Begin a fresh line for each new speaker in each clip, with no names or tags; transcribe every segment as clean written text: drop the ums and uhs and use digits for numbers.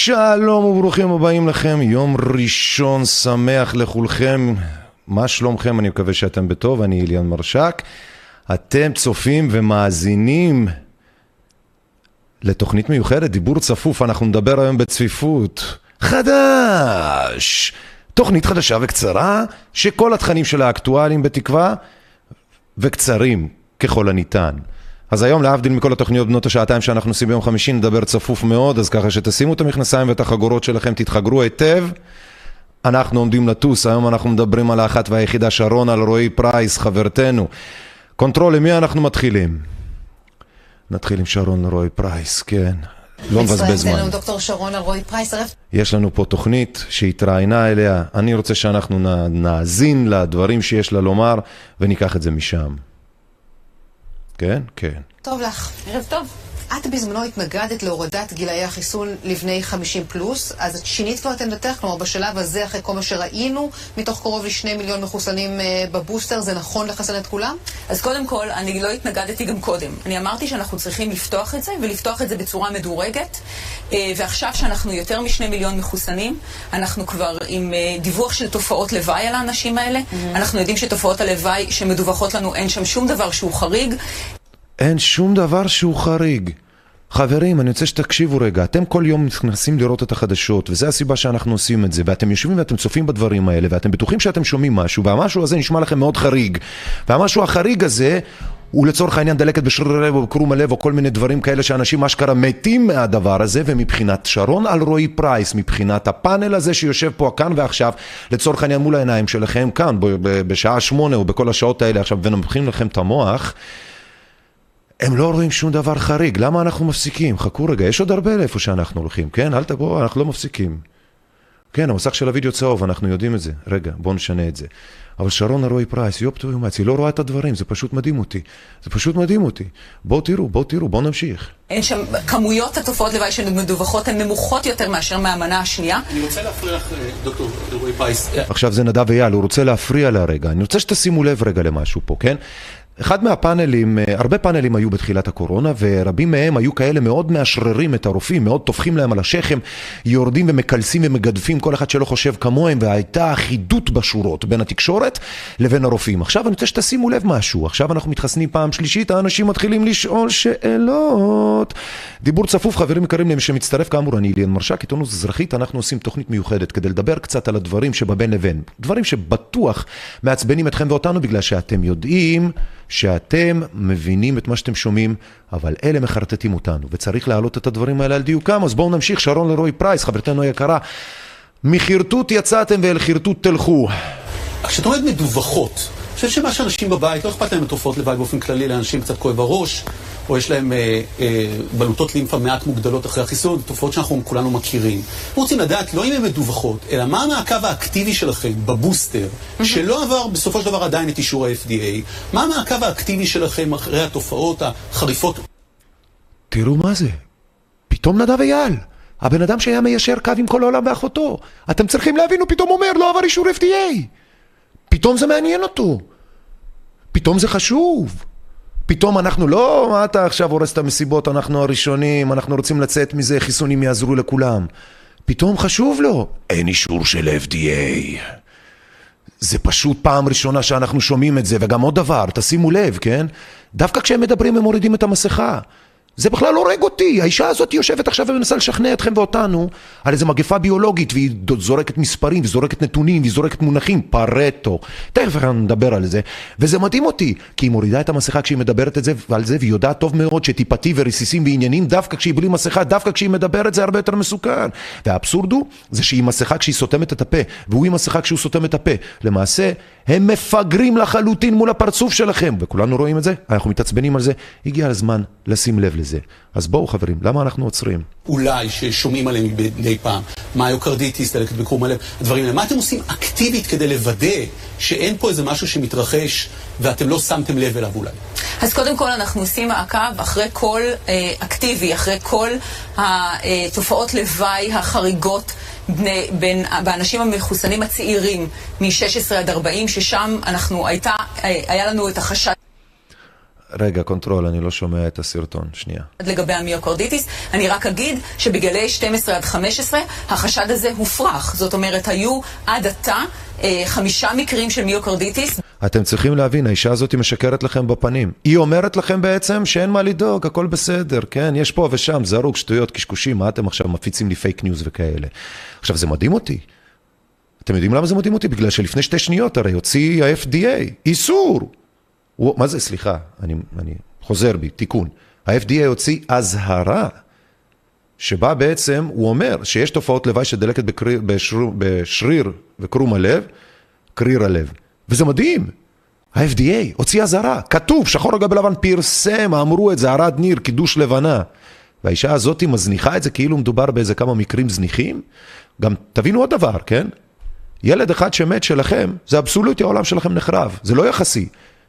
שלום וברוכים הבאים לכם, יום ראשון שמח לכולכם. מה שלומכם? אני מקווה שאתם בטוב, אני איליאן מרשק. אתם צופים ומאזינים לתוכנית מיוחדת, דיבור צפוף. אנחנו נדבר היום בצפיפות. חדש! תוכנית חדשה וקצרה, שכל התכנים שלה אקטואליים בתקווה, וקצרים ככל הניתן. אז היום להבדיל מכל התוכניות בנות השעתיים שאנחנו עושים ביום חמישי, נדבר צפוף מאוד, אז ככה שתשימו את המכנסיים ואת החגורות שלכם, תתחגרו היטב. אנחנו עומדים לטוס, היום אנחנו מדברים על האחת והיחידה שרון אלרועי פרייס, חברתנו. קונטרול, למי אנחנו מתחילים? נתחיל עם שרון אלרועי פרייס, כן. לא מבזבז זמן.
דוקטור שרון אלרועי פרייס.
יש לנו פה תוכנית שהתראיינה אליה. אני רוצה שאנחנו נאזין לדברים שיש לה לומר, וניקח את זה משם. כן? כן.
טוב לך. ערב טוב. את בזמנו התנגדת להורדת גילאי החיסון לבני 50 פלוס, אז את שינית כבר את עמדתך, כלומר בשלב הזה, אחרי כל מה שראינו, מתוך קרוב ל2 מיליון מחוסנים בבוסטר, זה נכון לחסן את כולם?
אז קודם כל, אני לא התנגדתי גם קודם. אני אמרתי שאנחנו צריכים לפתוח את זה, ולפתוח את זה בצורה מדורגת, ועכשיו שאנחנו יותר מ2 מיליון מחוסנים, אנחנו כבר עם דיווח של תופעות לוואי על האנשים האלה, אנחנו יודעים שתופעות הלוואי שמדווחות לנו, אין שם שום דבר שהוא חריג.
אין שום דבר שהוא חריג. חברים, אני רוצה שתקשיבו רגע, אתם כל יום נכנסים לראות את החדשות, וזה הסיבה שאנחנו עושים את זה, ואתם יושבים ואתם צופים בדברים האלה, ואתם בטוחים שאתם שומעים משהו, והמשהו הזה נשמע לכם מאוד חריג, והמשהו החריג הזה הוא לצורך העניין דלקת בשרירי לב או בקרום הלב, או כל מיני דברים כאלה שאנשים אשכרה מתים מהדבר הזה, ומבחינת שרון אלרועי פרייס, מבחינת הפאנל הזה שיושב פה כאן ועכשיו, לצורך העניין מול העיניים שלכם, כאן, בשעה 8 או בכל השעות האלה עכשיו, ונמחים לכם את המוח, הם לא רואים שום דבר חריג. למה אנחנו מפסיקים? חכו רגע, יש עוד הרבה לאיפה שאנחנו הולכים, כן? אל תבואו, אנחנו לא מפסיקים. כן, המסך של הוידאו צהוב, אנחנו יודעים את זה. רגע, בואו נשנה את זה. אבל שרון אלרועי פרייס, היא לא רואה את הדברים, זה פשוט מדהים אותי. זה פשוט מדהים אותי. בואו תראו, בואו נמשיך.
אין שם, כמויות התופעות לוואי שמדווחות הן נמוכות יותר מאשר מהמנה השנייה.
אני רוצה להפריע לך, דוקטור אלרועי פרייס.
עכשיו זה נדב אייל, הוא רוצה להפריע לה רגע. אני רוצה שתשימו לב רגע למשהו פה, כן? אחד מהפאנלים, הרבה פאנלים היו בתחילת הקורונה, ורבים מהם היו כאלה מאוד מאשררים את הרופאים, מאוד תופכים להם על השכם, יורדים ומקלסים ומגדפים כל אחד שלא חושב כמוהם, והייתה אחידות בשורות בין התקשורת לבין הרופאים. עכשיו אני רוצה שתשימו לב משהו, עכשיו אנחנו מתחסנים פעם שלישית, האנשים מתחילים לשאול שאלות. דיבור צפוף, חברים יקרים למי שמצטרף, כאמור, אני איליאן מרשק, עיתונות אזרחית, אנחנו עושים תוכנית מיוחדת כדי לדבר קצת על הדברים שבין לבין, דברים שבטוח מעצבנים אתכם ואותנו, בגלל שאתם יודעים שאתם מבינים את מה שאתם שומעים, אבל אלה מחרטטים אותנו, וצריך להעלות את הדברים האלה על דיוקם. אז בואו נמשיך. שרון אלרועי פרייס, חברתנו היקרה, מחרטוט יצאתם ואל חרטוט תלכו.
כשאת אומרת מדווחות, אני חושב שמה שאנשים בבית, לא אכפת להם תופעות לוואי באופן כללי, לאנשים קצת כואב הראש, או יש להם בלוטות לימפה מעט מוגדלות אחרי החיסון, תופעות שאנחנו כולנו מכירים. אנחנו רוצים לדעת לא אם הן מדווחות, אלא מה המעקב האקטיבי שלכם בבוסטר, שלא עבר בסופו של דבר עדיין את אישור ה-FDA, מה המעקב האקטיבי שלכם אחרי התופעות החריפות?
תראו מה זה, פתאום נדב אייל, הבן אדם שהיה מיישר קו עם כל העולם ואחותו, אתם צריכים להבין, הוא פתאום אומר, לא עבר אישור FDA. פתאום זה מעניין אותו, פתאום זה חשוב. פתאום אנחנו לא, מה אתה עכשיו הורס את המסיבות, אנחנו הראשונים, אנחנו רוצים לצאת מזה, חיסונים יעזרו לכולם. פתאום חשוב לו, אין אישור של FDA. זה פשוט פעם ראשונה שאנחנו שומעים את זה, וגם עוד דבר, תשימו לב, כן? דווקא כשהם מדברים הם מורידים את המסכה. זה בכלל לא הורג אותי, האישה הזאת יושבת עכשיו ומנסה לשכנע אתכם ואותנו על איזו מגפה ביולוגית, והיא זורקת מספרים, וזורקת נתונים, וזורקת מונחים, פרטו. תכף אנחנו נדבר על זה, וזה מדהים אותי, כי היא מורידה את המסכה כשהיא מדברת את זה ועל זה, והיא יודעת טוב מאוד שטיפתי ורסיסים ועניינים, דווקא כשהיא בלי מסכה, דווקא כשהיא מדברת זה הרבה יותר מסוכן. והאבסורד הוא, זה שהיא מסכה כשהיא סותמת את הפה, והוא עם מסכה כשהוא סותם את הפה. למעשה, הם מפגרים לחלוטין מול הפרצוף שלכם, וכולנו רואים את זה, אנחנו מתעצבנים על זה. הגיע הזמן לשים לב לזה. אז בואו חברים, למה אנחנו עוצרים?
אולי ששומעים עליהם מדי פעם, מיוקרדיטיס, דלקת בקרום הלב, הדברים האלה. מה אתם עושים אקטיבית כדי לוודא שאין פה איזה משהו שמתרחש ואתם לא שמתם לב אליו אולי?
אז קודם כל אנחנו עושים מעקב אחרי כל אקטיבי, אחרי כל התופעות לוואי החריגות באנשים המחוסנים הצעירים מ-16 עד 40, ששם היה לנו את החשש.
רגע, קונטרול, אני לא שומע את הסרטון, שנייה.
לגבי המיוקרדיטיס, אני רק אגיד שבגלי 12 עד 15 החשד הזה הופרח. זאת אומרת, היו עד עתה 5 מקרים של מיוקרדיטיס.
אתם צריכים להבין, האישה הזאת משקרת לכם בפנים. היא אומרת לכם בעצם שאין מה לדאוג, הכל בסדר, כן? יש פה ושם, זרוק, שטויות, קשקושים, מה אתם עכשיו מפיצים לי פייק ניוז וכאלה. עכשיו, זה מדהים אותי. אתם יודעים למה זה מדהים אותי? בגלל שלפני 2 שניות הרי הוציא ה-FDA, איסור. מה זה? סליחה, אני חוזר בי, תיקון. ה-FDA הוציא הזהרה, שבה בעצם הוא אומר שיש תופעות לוואי שדלקת בשריר וקרום הלב, קריר הלב. וזה מדהים. ה-FDA הוציא הזהרה, כתוב, שחור על גבי לבן פרסם, אמרו את זה, ערד ניר, קידוש לבנה. והאישה הזאת מזניחה את זה כאילו מדובר באיזה כמה מקרים זניחים. גם תבינו עוד דבר, כן? ילד אחד שמת שלכם, זה אבסולוטי, העולם שלכם נחרב. זה לא יחסי.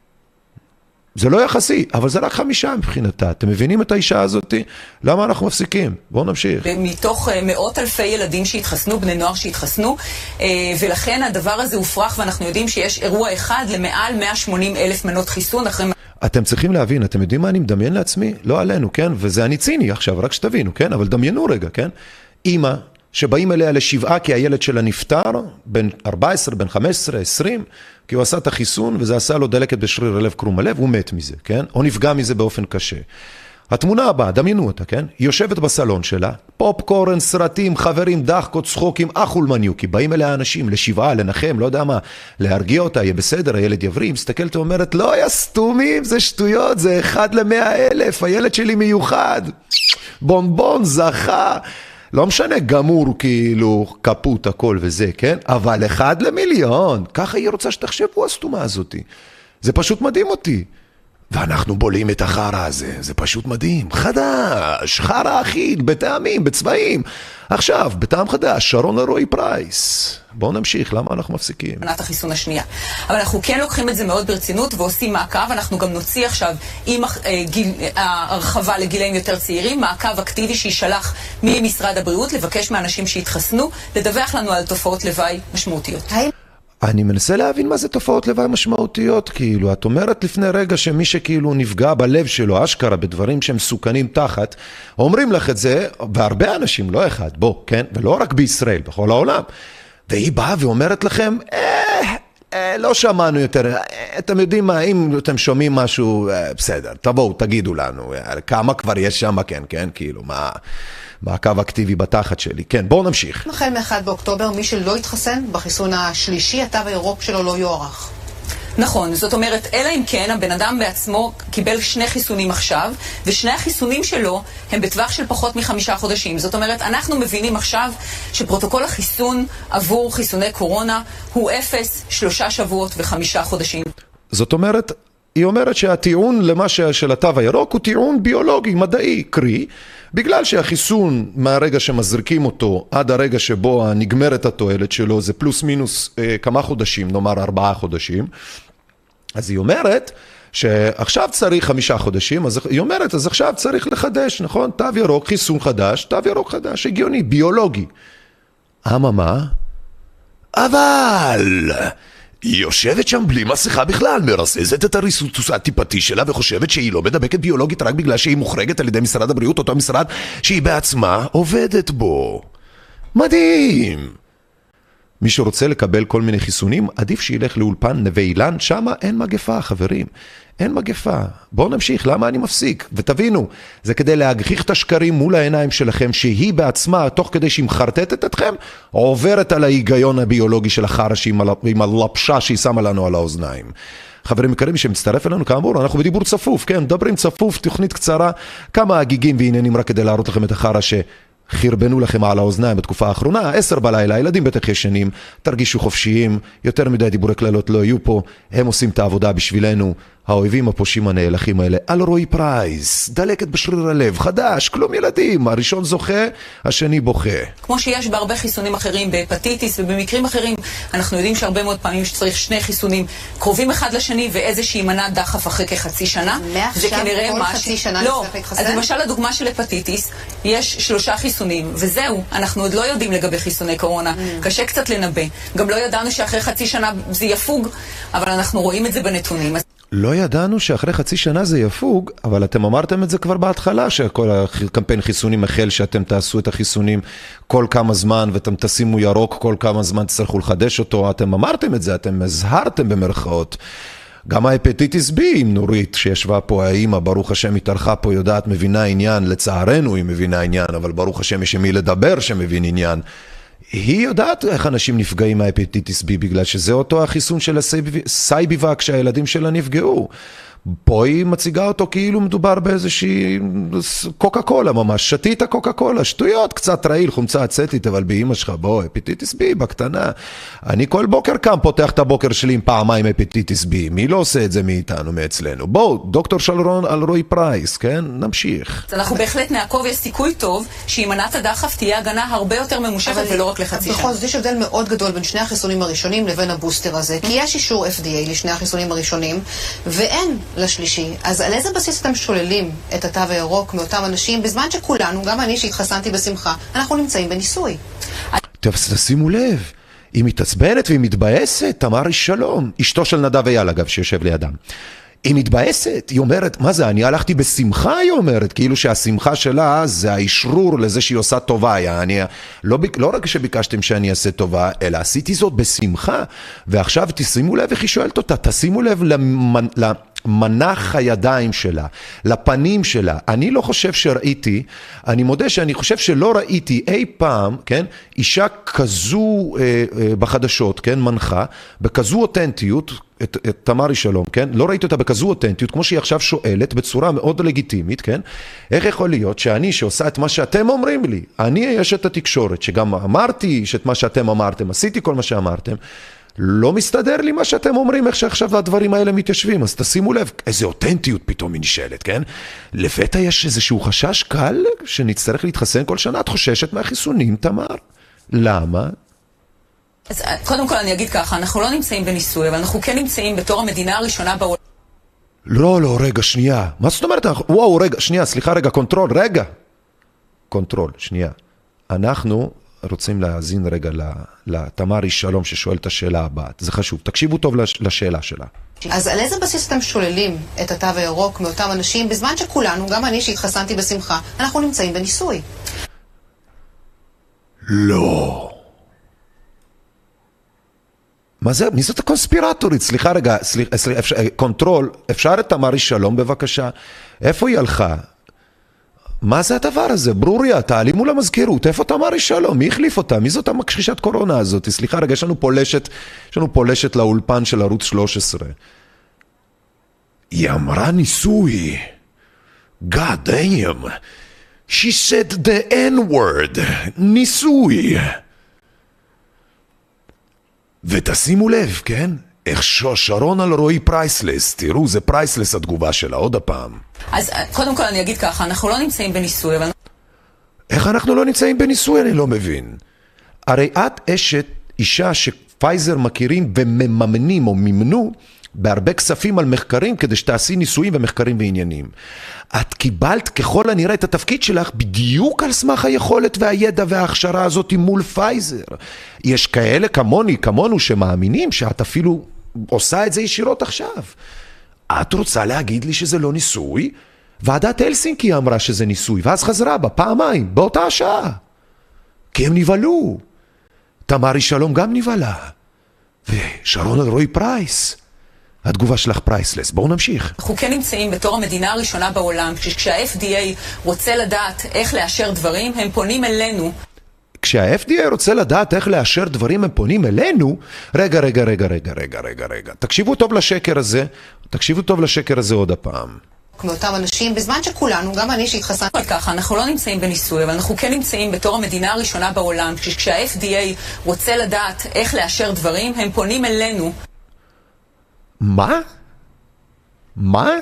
זה לא יחסי, אבל זה רק 5 מבחינתה. אתם מבינים את האישה הזאת? למה אנחנו מפסיקים? בואו נמשיך.
מתוך מאות אלפי ילדים שהתחסנו, בני נוער שהתחסנו, ולכן הדבר הזה הופרח, ואנחנו יודעים שיש אירוע אחד למעל 180,000 מנות חיסון אחרי...
אתם צריכים להבין, אתם יודעים מה אני מדמיין לעצמי? לא עלינו, כן? וזה אני ציני עכשיו, רק שתבינו, כן? אבל דמיינו רגע, כן? אמא שבאים אליה לשבעה כי הילד שלה נפטר, בין 14, בין 15, 20, כי הוא עשה את החיסון וזה עשה לו דלקת בשריר הלב קרום הלב, הוא מת מזה, כן? או נפגע מזה באופן קשה. התמונה הבאה, דמיינו אותה, כן? היא יושבת בסלון שלה, פופקורן, סרטים, חברים, דחקות, צחוקים, אחול מניוקי, באים אליה אנשים לשבעה, לנחם, לא יודע מה, להרגיע אותה, יהיה בסדר, הילד יבריא, מסתכלת ואומרת, לא, יא סתומים, זה שטויות, זה 1 ל-100,000, הילד שלי מיוחד, בונבון, זכה, לא משנה, גמור כאילו, כפות הכל וזה, כן? אבל 1 ל1,000,000, ככה היא רוצה שתחשבו הסתומה הזאת. זה פשוט מדהים אותי. ואנחנו בולים את החרה הזה, זה פשוט מדהים. חדש, חרה אחיד, בטעמים, בצבעים. עכשיו, בטעם חדש, שרון אלרועי פרייס. בואו נמשיך, למה אנחנו מפסיקים?
מנת החיסון השנייה. אבל אנחנו כן לוקחים את זה מאוד ברצינות ועושים מעקב. אנחנו גם נוציא עכשיו עם הרחבה לגילאים יותר צעירים, מעקב אקטיבי שישלח ממשרד הבריאות, לבקש מאנשים שהתחסנו, לדווח לנו על תופעות לוואי משמעותיות.
אני מנסה להבין מה זה תופעות לוואי משמעותיות, כאילו, את אומרת לפני רגע שמי שכאילו נפגע בלב שלו, אשכרה, בדברים שהם סוכנים תחת, אומרים לך את זה, והרבה אנשים, לא אחד, בוא, כן? ולא רק בישראל, בכל העולם. והיא באה ואומרת לכם, לא שמענו יותר, אתם יודעים מה, אם אתם שומעים משהו, בסדר, תבואו, תגידו לנו, כמה כבר יש שם, כן, כן, כאילו, מה... מעקב אקטיבי בתחת שלי. כן, בואו נמשיך.
החל מ-1 באוקטובר, מי שלא יתחסן בחיסון השלישי, התו הירוק שלו לא יוארך.
נכון, זאת אומרת, אלא אם כן, הבן אדם בעצמו קיבל 2 חיסונים עכשיו, ושני החיסונים שלו הם בטווח של פחות מ5 חודשים. זאת אומרת, אנחנו מבינים עכשיו שפרוטוקול החיסון עבור חיסוני קורונה הוא 0, 3 שבועות ו5 חודשים.
זאת אומרת, היא אומרת שהטיעון למה של התו הירוק הוא טיעון ביולוגי, מדעי, קרי, בגלל שהחיסון מהרגע שמזריקים אותו עד הרגע שבו נגמרת התועלת שלו זה פלוס מינוס כמה חודשים, נאמר 4 חודשים, אז היא אומרת שעכשיו צריך 5 חודשים, אז היא אומרת, אז עכשיו צריך לחדש, נכון? תו ירוק, חיסון חדש, תו ירוק חדש, הגיוני, ביולוגי. אממה? אבל... היא יושבת שם בלי מסכה בכלל, מרססת את הריסוס הטיפתי שלה וחושבת שהיא לא מדבקת ביולוגית רק בגלל שהיא מוחרגת על ידי משרד הבריאות, אותו משרד שהיא בעצמה עובדת בו. מדהים! מי שרוצה לקבל כל מיני חיסונים, עדיף שילך לאולפן נווה אילן, שמה אין מגפה, חברים. אין מגפה. בואו נמשיך, למה אני מפסיק? ותבינו, זה כדי להגחיך את השקרים מול העיניים שלכם, שהיא בעצמה, תוך כדי שהיא מחרטטת אתכם, עוברת על ההיגיון הביולוגי של החרש עם הלפשה שהיא שמה לנו על האוזניים. חברים יקרים שמצטרף אלינו, כאמור, אנחנו בדיבור צפוף, כן, מדברים צפוף, תוכנית קצרה, כמה הגיגים ועניינים רק כדי להראות לכם את החרש חרבנו לכם על האוזניים בתקופה האחרונה, 10 בלילה, ילדים בטח ישנים, תרגישו חופשיים, יותר מדי דיבורי כללות לא יהיו פה, הם עושים את העבודה בשבילנו, האויבים הפושעים הנאלחים האלה. אלרועי פרייס, דלקת בשריר הלב, חדש, כלום ילדים, הראשון זוכה, השני בוכה.
כמו שיש בהרבה חיסונים אחרים, בהפטיטיס ובמקרים אחרים, אנחנו יודעים שהרבה מאוד פעמים שצריך 2 חיסונים קרובים אחד לשני, ואיזושהי מנה דחף אחרי כחצי שנה.
מעכשיו כל חצי שנה נצטרך להתחסן?
אז למשל הדוגמה של הפטיטיס, יש 3 חיסונים, וזהו, אנחנו עוד לא יודעים לגבי חיסוני קורונה, קשה קצת לנבא. גם לא ידענו שאחרי חצי שנה זה יפוג, אבל אנחנו רואים את זה בנתונים.
לא ידענו שאחרי חצי שנה זה יפוג, אבל אתם אמרתם את זה כבר בהתחלה, שכל הקמפיין חיסונים החל, שאתם תעשו את החיסונים כל כמה זמן, ואתם תשימו ירוק כל כמה זמן, תצטרכו לחדש אותו, אתם אמרתם את זה, אתם הזהרתם במרכאות. גם ההפטיטיס B, עם נורית שישבה פה, האמא, ברוך השם, התארחה פה, יודעת, מבינה עניין, לצערנו היא מבינה עניין, אבל ברוך השם יש עם מי לדבר שמבין עניין. היא יודעת איך אנשים נפגעים מההפטיטיס B, בגלל שזה אותו החיסון של הסייביבק שהילדים שלה נפגעו. פה היא מציגה אותו כאילו מדובר באיזושהי קוקה קולה ממש, שתית קוקה קולה, שטויות, קצת רעיל, חומצה אצטית, אבל באמא שלך, בוא, הפטיטיס B בקטנה. אני כל בוקר קם, פותח את הבוקר שלי עם פעמיים הפטיטיס B, מי לא עושה את זה מאיתנו, מאצלנו? בואו, דוקטור שלרון אלרועי פרייס, כן? נמשיך.
אנחנו בהחלט נעקוב, יש סיכוי טוב שהיא מנת הדחף תהיה הגנה הרבה יותר ממושכת ולא רק לחצי שנה.
בכל זאת יש הבדל מאוד גדול בין שני החיסונים הראשונים לבין הבוסטר הזה, כי יש אישור FDA לשני החיסונים הראשונים, ואין לשלישי. אז על איזה בסיס אתם שוללים את התו הירוק מאותם אנשים, בזמן שכולנו, גם אני שהתחסנתי בשמחה, אנחנו נמצאים בניסוי?
תשימו לב, היא מתעצבנת והיא מתבאסת, תמר איש שלום, אשתו של נדב אייל אגב שיושב לידם. היא מתבאסת, היא אומרת, מה זה, אני הלכתי בשמחה, היא אומרת, כאילו שהשמחה שלה זה האשרור לזה שהיא עושה טובה, אני לא רק שביקשתם שאני אעשה טובה, אלא עשיתי זאת בשמחה, ועכשיו תשימו לב איך היא שואלת אותה, תשימו לב למנח הידיים שלה, לפנים שלה, אני לא חושב שראיתי, אני מודה שאני חושב שלא ראיתי אי פעם, כן, אישה כזו בחדשות, כן, מנחה, בכזו אותנטיות, את תמרי שלום, כן? לא ראיתי אותה בכזו אותנטיות, כמו שהיא עכשיו שואלת, בצורה מאוד לגיטימית, כן? איך יכול להיות שאני שעושה את מה שאתם אומרים לי, אני יש את התקשורת, שגם אמרתי שאת מה שאתם אמרתם, עשיתי כל מה שאמרתם, לא מסתדר לי מה שאתם אומרים, איך שעכשיו הדברים האלה מתיישבים, אז תשימו לב, איזו אותנטיות פתאום היא נשאלת, כן? לפתע יש איזשהו חשש קל, שנצטרך להתחסן כל שנה, את חוששת מהחיסונים, תמר? למה?
אז קודם כל אני אגיד ככה, אנחנו לא נמצאים בניסוי, אבל אנחנו כן נמצאים בתור המדינה הראשונה בעולם.
לא, רגע, שנייה. מה זאת אומרת? וואו, רגע, שנייה, סליחה, רגע, קונטרול, שנייה. אנחנו רוצים להאזין רגע לתמר איש שלום ששואל את השאלה הבאה. זה חשוב, תקשיבו טוב לשאלה שלה.
אז על איזה בסיס אתם שוללים את התו הירוק מאותם אנשים, בזמן שכולנו, גם אני שהתחסנתי בשמחה, אנחנו נמצאים בניסוי?
לא. מה זה? מי זאת הקונספירטורית? סליחה רגע, קונטרול, אפשר את תמרי שלום בבקשה? איפה היא הלכה? מה זה הדבר הזה? ברוריה, תעלי מול המזכירות, איפה תמרי שלום? מי החליף אותה? מי זאת המכחישת קורונה הזאת? סליחה רגע, יש לנו פולשת לאולפן של ערוץ 13. היא אמרה ניסוי. God damn. She said the N-word. ניסוי. ותשימו לב, כן? איך שרון אלרועי פרייסלס, תראו, זה פרייסלס התגובה שלה, עוד הפעם.
אז קודם כל אני אגיד ככה, אנחנו לא נמצאים בניסוי, אבל...
איך אנחנו לא נמצאים בניסוי? אני לא מבין. הרי את אישה שפייזר מכירים ומממנים או ממנו בהרבה כספים על מחקרים כדי שתעשי ניסויים ומחקרים ועניינים. את קיבלת ככל הנראה את התפקיד שלך בדיוק על סמך היכולת והידע וההכשרה הזאת מול פייזר. יש כאלה כמונו שמאמינים שאת אפילו עושה את זה ישירות עכשיו. את רוצה להגיד לי שזה לא ניסוי? ועדת הלסינקי אמרה שזה ניסוי, ואז חזרה בה פעמיים, באותה השעה. כי הם נבהלו. תמרי שלום גם נבהלה. ושרון אלרועי פרייס. התגובה שלך פרייסלס. בואו נמשיך.
אנחנו כן נמצאים בתור המדינה הראשונה בעולם, כשה-FDA רוצה לדעת איך לאשר דברים, הם פונים אלינו.
כשה-FDA רוצה לדעת איך לאשר דברים, הם פונים אלינו. רגע. תקשיבו טוב לשקר הזה עוד הפעם.
מאותם אנשים, בזמן שכולנו, גם אני שהתחסנתי...
ככה, אנחנו לא נמצאים בניסוי, אבל אנחנו כן נמצאים בתור המדינה הראשונה בעולם, כשה-FDA רוצה לדעת איך לאשר דברים, הם פונים אלינו.
מה?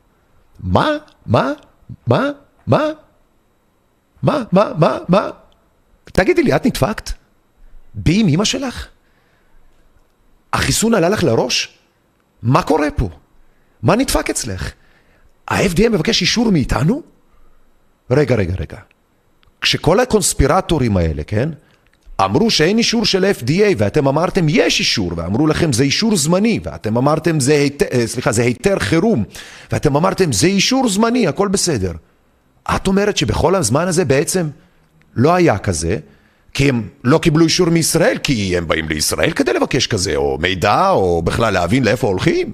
תגידי לי, את נדפקת? בי עם אמא שלך? החיסון עלה לך לראש? מה קורה פה? מה נדפק אצלך? ה-FDA מבקש אישור מאיתנו? רגע. כשכל הקונספירטורים האלה, כן? אמרו שאין אישור של FDA, ואתם אמרתם יש אישור, ואמרו לכם זה אישור זמני, ואתם אמרתם זה היתר חירום, ואתם אמרתם זה אישור זמני, הכל בסדר. את אומרת שבכל הזמן הזה בעצם לא היה כזה, כי הם לא קיבלו אישור מישראל, כי הם באים לישראל כדי לבקש כזה, או מידע, או בכלל להבין לאיפה הולכים.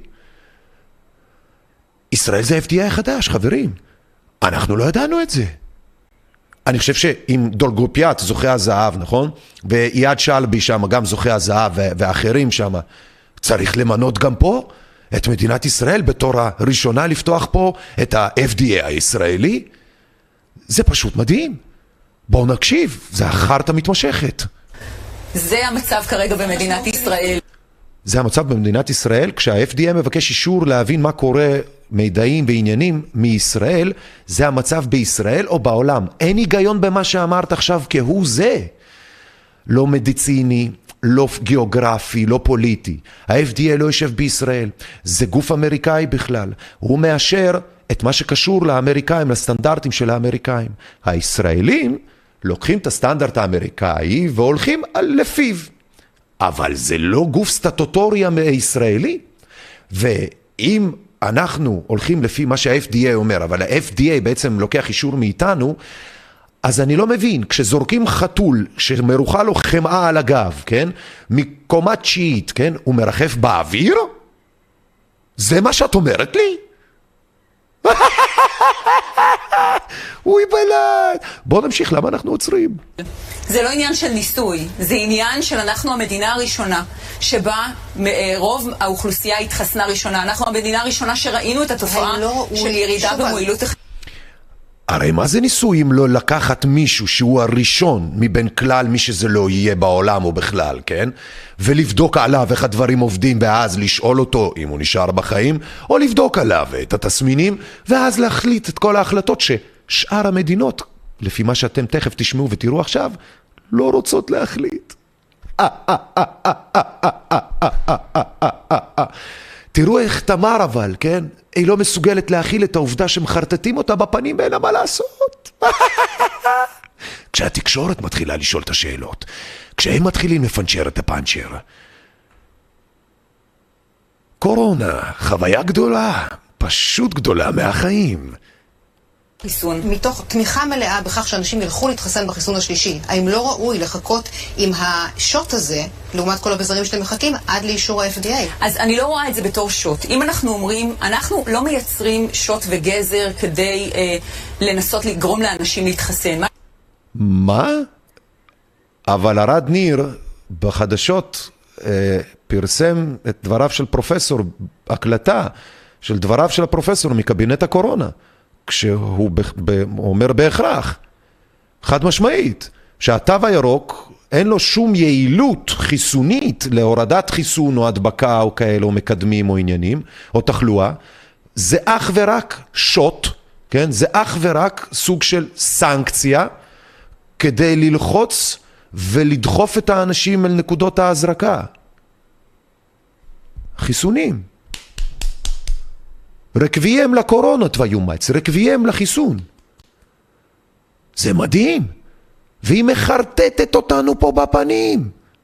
ישראל זה FDA חדש, חברים. אנחנו לא ידענו את זה. אני חושב שאם דולגופיאט, זוכה הזהב, נכון? ויעד שלבי שם, גם זוכה הזהב ואחרים שם, צריך למנות גם פה את מדינת ישראל בתור הראשונה לפתוח פה את ה-FDA הישראלי. זה פשוט מדהים. בואו נקשיב, זה החרטה מתמשכת.
זה המצב כרגע במדינת ישראל.
זה המצב במדינת ישראל, כשה-FDA מבקש אישור להבין מה קורה, מידעים ועניינים מישראל, זה המצב בישראל או בעולם. אין היגיון במה שאמרת עכשיו כהוא זה. לא מדיציני, לא גיאוגרפי, לא פוליטי. ה-FDA לא יושב בישראל. זה גוף אמריקאי בכלל. הוא מאשר את מה שקשור לאמריקאים, לסטנדרטים של האמריקאים. הישראלים לוקחים את הסטנדרט האמריקאי והולכים לפיו. אבל זה לא גוף סטטוטורי ישראלי. ואם אנחנו הולכים לפי מה שה-FDA אומר, אבל ה-FDA בעצם לוקח אישור מאיתנו, אז אני לא מבין, כשזורקים חתול שמרוחה לו חמאה על הגב, כן? מקומה תשיעית, כן? הוא מרחף באוויר? זה מה שאת אומרת לי? אוי בלעד. בואו נמשיך, למה אנחנו עוצרים?
זה לא עניין של ניסוי, זה עניין של אנחנו המדינה הראשונה שבה רוב האוכלוסייה התחסנה ראשונה. אנחנו המדינה הראשונה שראינו את התופעה של ירידה במועילות.
הרי מה זה ניסוי אם לא לקחת מישהו שהוא הראשון מבין כלל מי שזה לא יהיה בעולם או בכלל, כן? ולבדוק עליו איך הדברים עובדים ואז לשאול אותו אם הוא נשאר בחיים, או לבדוק עליו את התסמינים ואז להחליט את כל ההחלטות ששאר המדינות, לפי מה שאתם תכף תשמעו ותראו עכשיו, לא רוצות להחליט. תראו איך תמר אבל, כן? היא לא מסוגלת להכיל את העובדה שמחרטטים אותה בפנים ואין לה מה לעשות. כשהתקשורת מתחילה לשאול את השאלות, כשהם מתחילים לפנצ'ר את הפנצ'ר. קורונה, חוויה גדולה, פשוט גדולה מהחיים.
חיסון. מתוך תמיכה מלאה בכך שאנשים ילכו להתחסן בחיסון השלישי. האם לא ראוי לחכות עם השוט הזה, לעומת כל הבזרים שאתם מחכים, עד לאישור ה-FDA?
אז אני לא רואה את זה בתור שוט. אם אנחנו אומרים, אנחנו לא מייצרים שוט וגזר כדי לנסות לגרום לאנשים להתחסן.
מה? אבל ארד ניר בחדשות פרסם את דבריו של פרופסור, הקלטה של דבריו של הפרופסור מקבינט הקורונה. כשהוא אומר בהכרח, חד משמעית, שהתו הירוק אין לו שום יעילות חיסונית להורדת חיסון או הדבקה או כאלה או מקדמים או עניינים או תחלואה, זה אך ורק שוט, כן? זה אך ורק סוג של סנקציה כדי ללחוץ ולדחוף את האנשים אל נקודות ההזרקה. חיסונים. רקביים לקורונה תוויומץ, רקביים לחיסון. זה מדהים. והיא מחרטטת אותנו פה בפנים.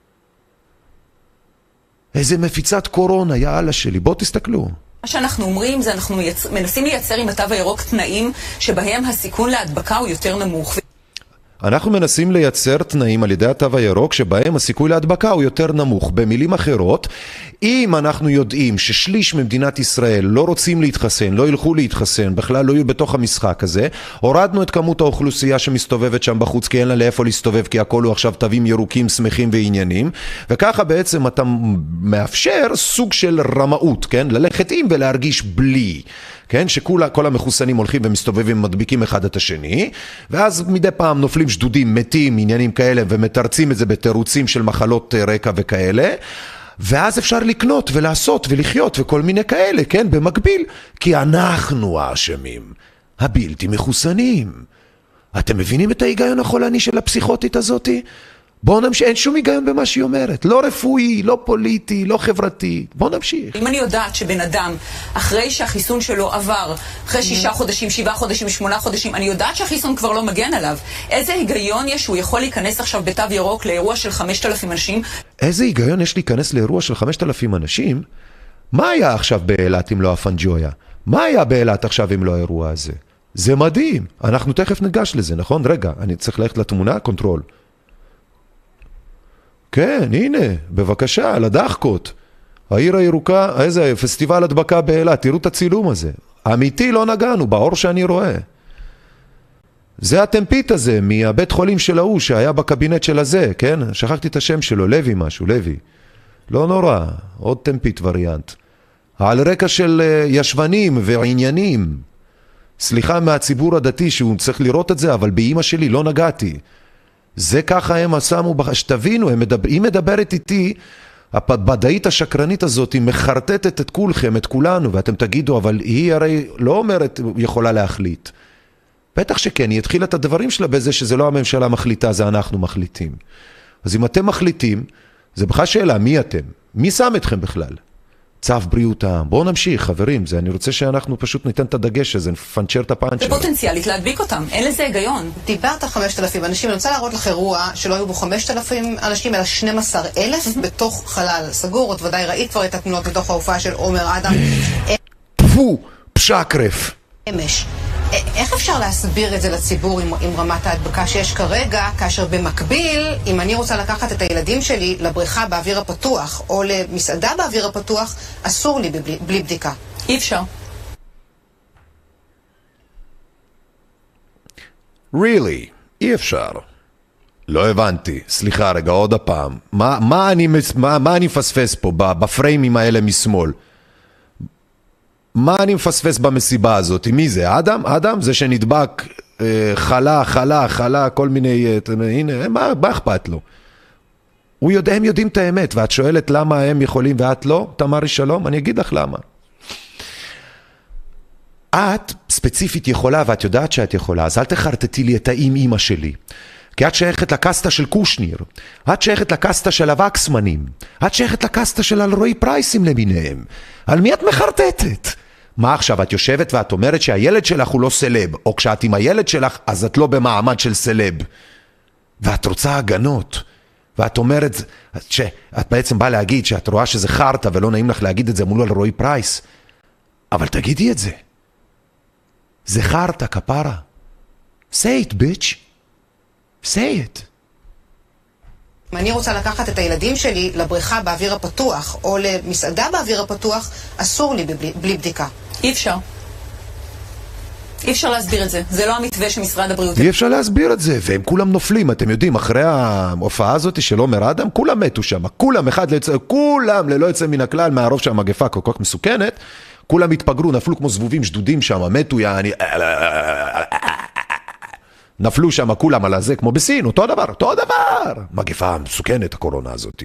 איזה מפיצת קורונה, יאללה שלי, בואו תסתכלו.
מה שאנחנו אומרים זה אנחנו מנסים לייצר עם התו הירוק תנאים שבהם הסיכון להדבקה הוא יותר נמוך.
אנחנו מנסים לייצר תנאים על ידי התו הירוק שבהם הסיכוי להדבקה הוא יותר נמוך. במילים אחרות, אם אנחנו יודעים ששליש ממדינת ישראל לא רוצים להתחסן, לא ילכו להתחסן, בכלל לא יהיו בתוך המשחק הזה, הורדנו את כמות האוכלוסייה שמסתובבת שם בחוץ, כי אין לה לאיפה להסתובב, כי הכל הוא עכשיו תווים ירוקים, שמחים ועניינים, וככה בעצם אתה מאפשר סוג של רמאות, כן? ללכת עם ולהרגיש בלי. כן? שכל המחוסנים הולכים ומסתובבים ומדביקים אחד את השני, ואז מדי פעם נופלים שדודים, מתים, עניינים כאלה, ומתרצים את זה בתירוצים של מחלות רקע וכאלה, ואז אפשר לקנות ולעשות ולחיות וכל מיני כאלה, כן? במקביל, כי אנחנו האשמים, הבלתי מחוסנים. אתם מבינים את ההיגיון החולני של הפסיכוטית הזאת? בואו נמשיך, אין שום היגיון במה שהיא אומרת. לא רפואי, לא פוליטי, לא חברתי. בואו נמשיך.
אם אני יודעת שבן אדם, אחרי שהחיסון שלו עבר, אחרי 6 חודשים, 7 חודשים, 8 חודשים, אני יודעת שהחיסון כבר לא מגן עליו. איזה היגיון יש שהוא יכול להיכנס עכשיו בתו ירוק לאירוע של 5,000 אנשים?
איזה היגיון יש להיכנס לאירוע של 5,000 אנשים? מה היה עכשיו באילת אם לא הפנג'ויה? מה היה באילת עכשיו אם לא האירוע הזה? זה מדהים. אנחנו תכף ניגש לזה, נכון? רגע, אני צריך ללכת לתמונה, קונטרול. כן, הנה, בבקשה, לדחקות. העיר הירוקה, איזה פסטיבל הדבקה באילת, תראו את הצילום הזה. אמיתי לא נגענו, באור שאני רואה. זה הטמפית הזה, מהבית חולים של ההוא, שהיה בקבינט של הזה, כן? שכחתי את השם שלו, לוי משהו, לוי. לא נורא, עוד טמפית וריאנט. על רקע של ישבנים ועניינים. סליחה מהציבור הדתי שהוא צריך לראות את זה, אבל באמא שלי לא נגעתי. זה ככה הם שמו, שתבינו, היא מדברת איתי, הבדאית השקרנית הזאת, היא מחרטטת את כולכם, את כולנו, ואתם תגידו, אבל היא הרי לא אומרת, יכולה להחליט. בטח שכן, היא התחילה את הדברים שלה בזה שזה לא הממשלה מחליטה, זה אנחנו מחליטים. אז אם אתם מחליטים, זה בכלל שאלה, מי אתם? מי שם אתכם בכלל? צו בריאות העם. בואו נמשיך, חברים, אני רוצה שאנחנו פשוט ניתן את הדגש הזה, נפנצ'ר את הפאנץ' שלו.
זה פוטנציאלית להדביק אותם, אין לזה היגיון.
דיברת 5,000 אנשים, אני רוצה להראות לך אירוע שלא היו בו 5,000 אנשים, אלא 12,000 בתוך חלל סגור. את ודאי ראית כבר את התמונות מתוך ההופעה של עומר אדם.
פו, פשקרף.
אמש. איך אפשר להסביר את זה לציבור עם רמת ההדבקה שיש כרגע, כאשר במקביל, אם אני רוצה לקחת את הילדים שלי לבריכה באוויר הפתוח, או למסעדה באוויר הפתוח, אסור לי בלי בדיקה?
אי אפשר.
Really? אי אפשר. לא הבנתי. סליחה רגע, עוד הפעם. מה אני מפספס פה בפריימים האלה משמאל? מה אני מפספס במסיבה הזאת? מי זה? אדם? זה שנדבק חלה, כל מיני... הנה, מה אכפת לו? הם יודעים את האמת, ואת שואלת למה הם יכולים ואת לא? תמרי שלום, אני אגיד לך למה. את ספציפית יכולה, ואת יודעת שאת יכולה, אז אל תחרטטי לי את האמא שלי. כי את שייכת לקסטה של קושניר, את שייכת לקסטה של הווקסמנים, את שייכת לקסטה של אלרועי פרייסים למיניהם. על מי את מחרטטת? מה עכשיו, את יושבת ואת אומרת שהילד שלך הוא לא סלב, או כשאת עם הילד שלך אז את לא במעמד של סלב. ואת רוצה הגנות, ואת אומרת שאת בעצם באה להגיד שאת רואה שזה חרטה ולא נעים לך להגיד את זה מול אלרועי פרייס. אבל תגידי את זה. זה חרטה, כפרה. Say it, bitch. say it.
אם אני רוצה לקחת את הילדים שלי לבריכה באוויר הפתוח, או למסעדה באוויר הפתוח, אסור לי בלי בדיקה.
אי אפשר. אי אפשר להסביר את זה. זה לא המתווה שמשרד הבריאות...
אי אפשר להסביר את זה, והם כולם נופלים. אתם יודעים, אחרי ההופעה הזאת של עומר אדם, כולם מתו שם. כולם ללא יוצא מן הכלל, מהרוב שהמגפה כל כך מסוכנת, כולם התפגרו, נפלו כמו זבובים שדודים שם, מתו נפלו שם כולם על הזה, כמו בסין, אותו דבר. מגפה מסוכנת, הקורונה הזאת,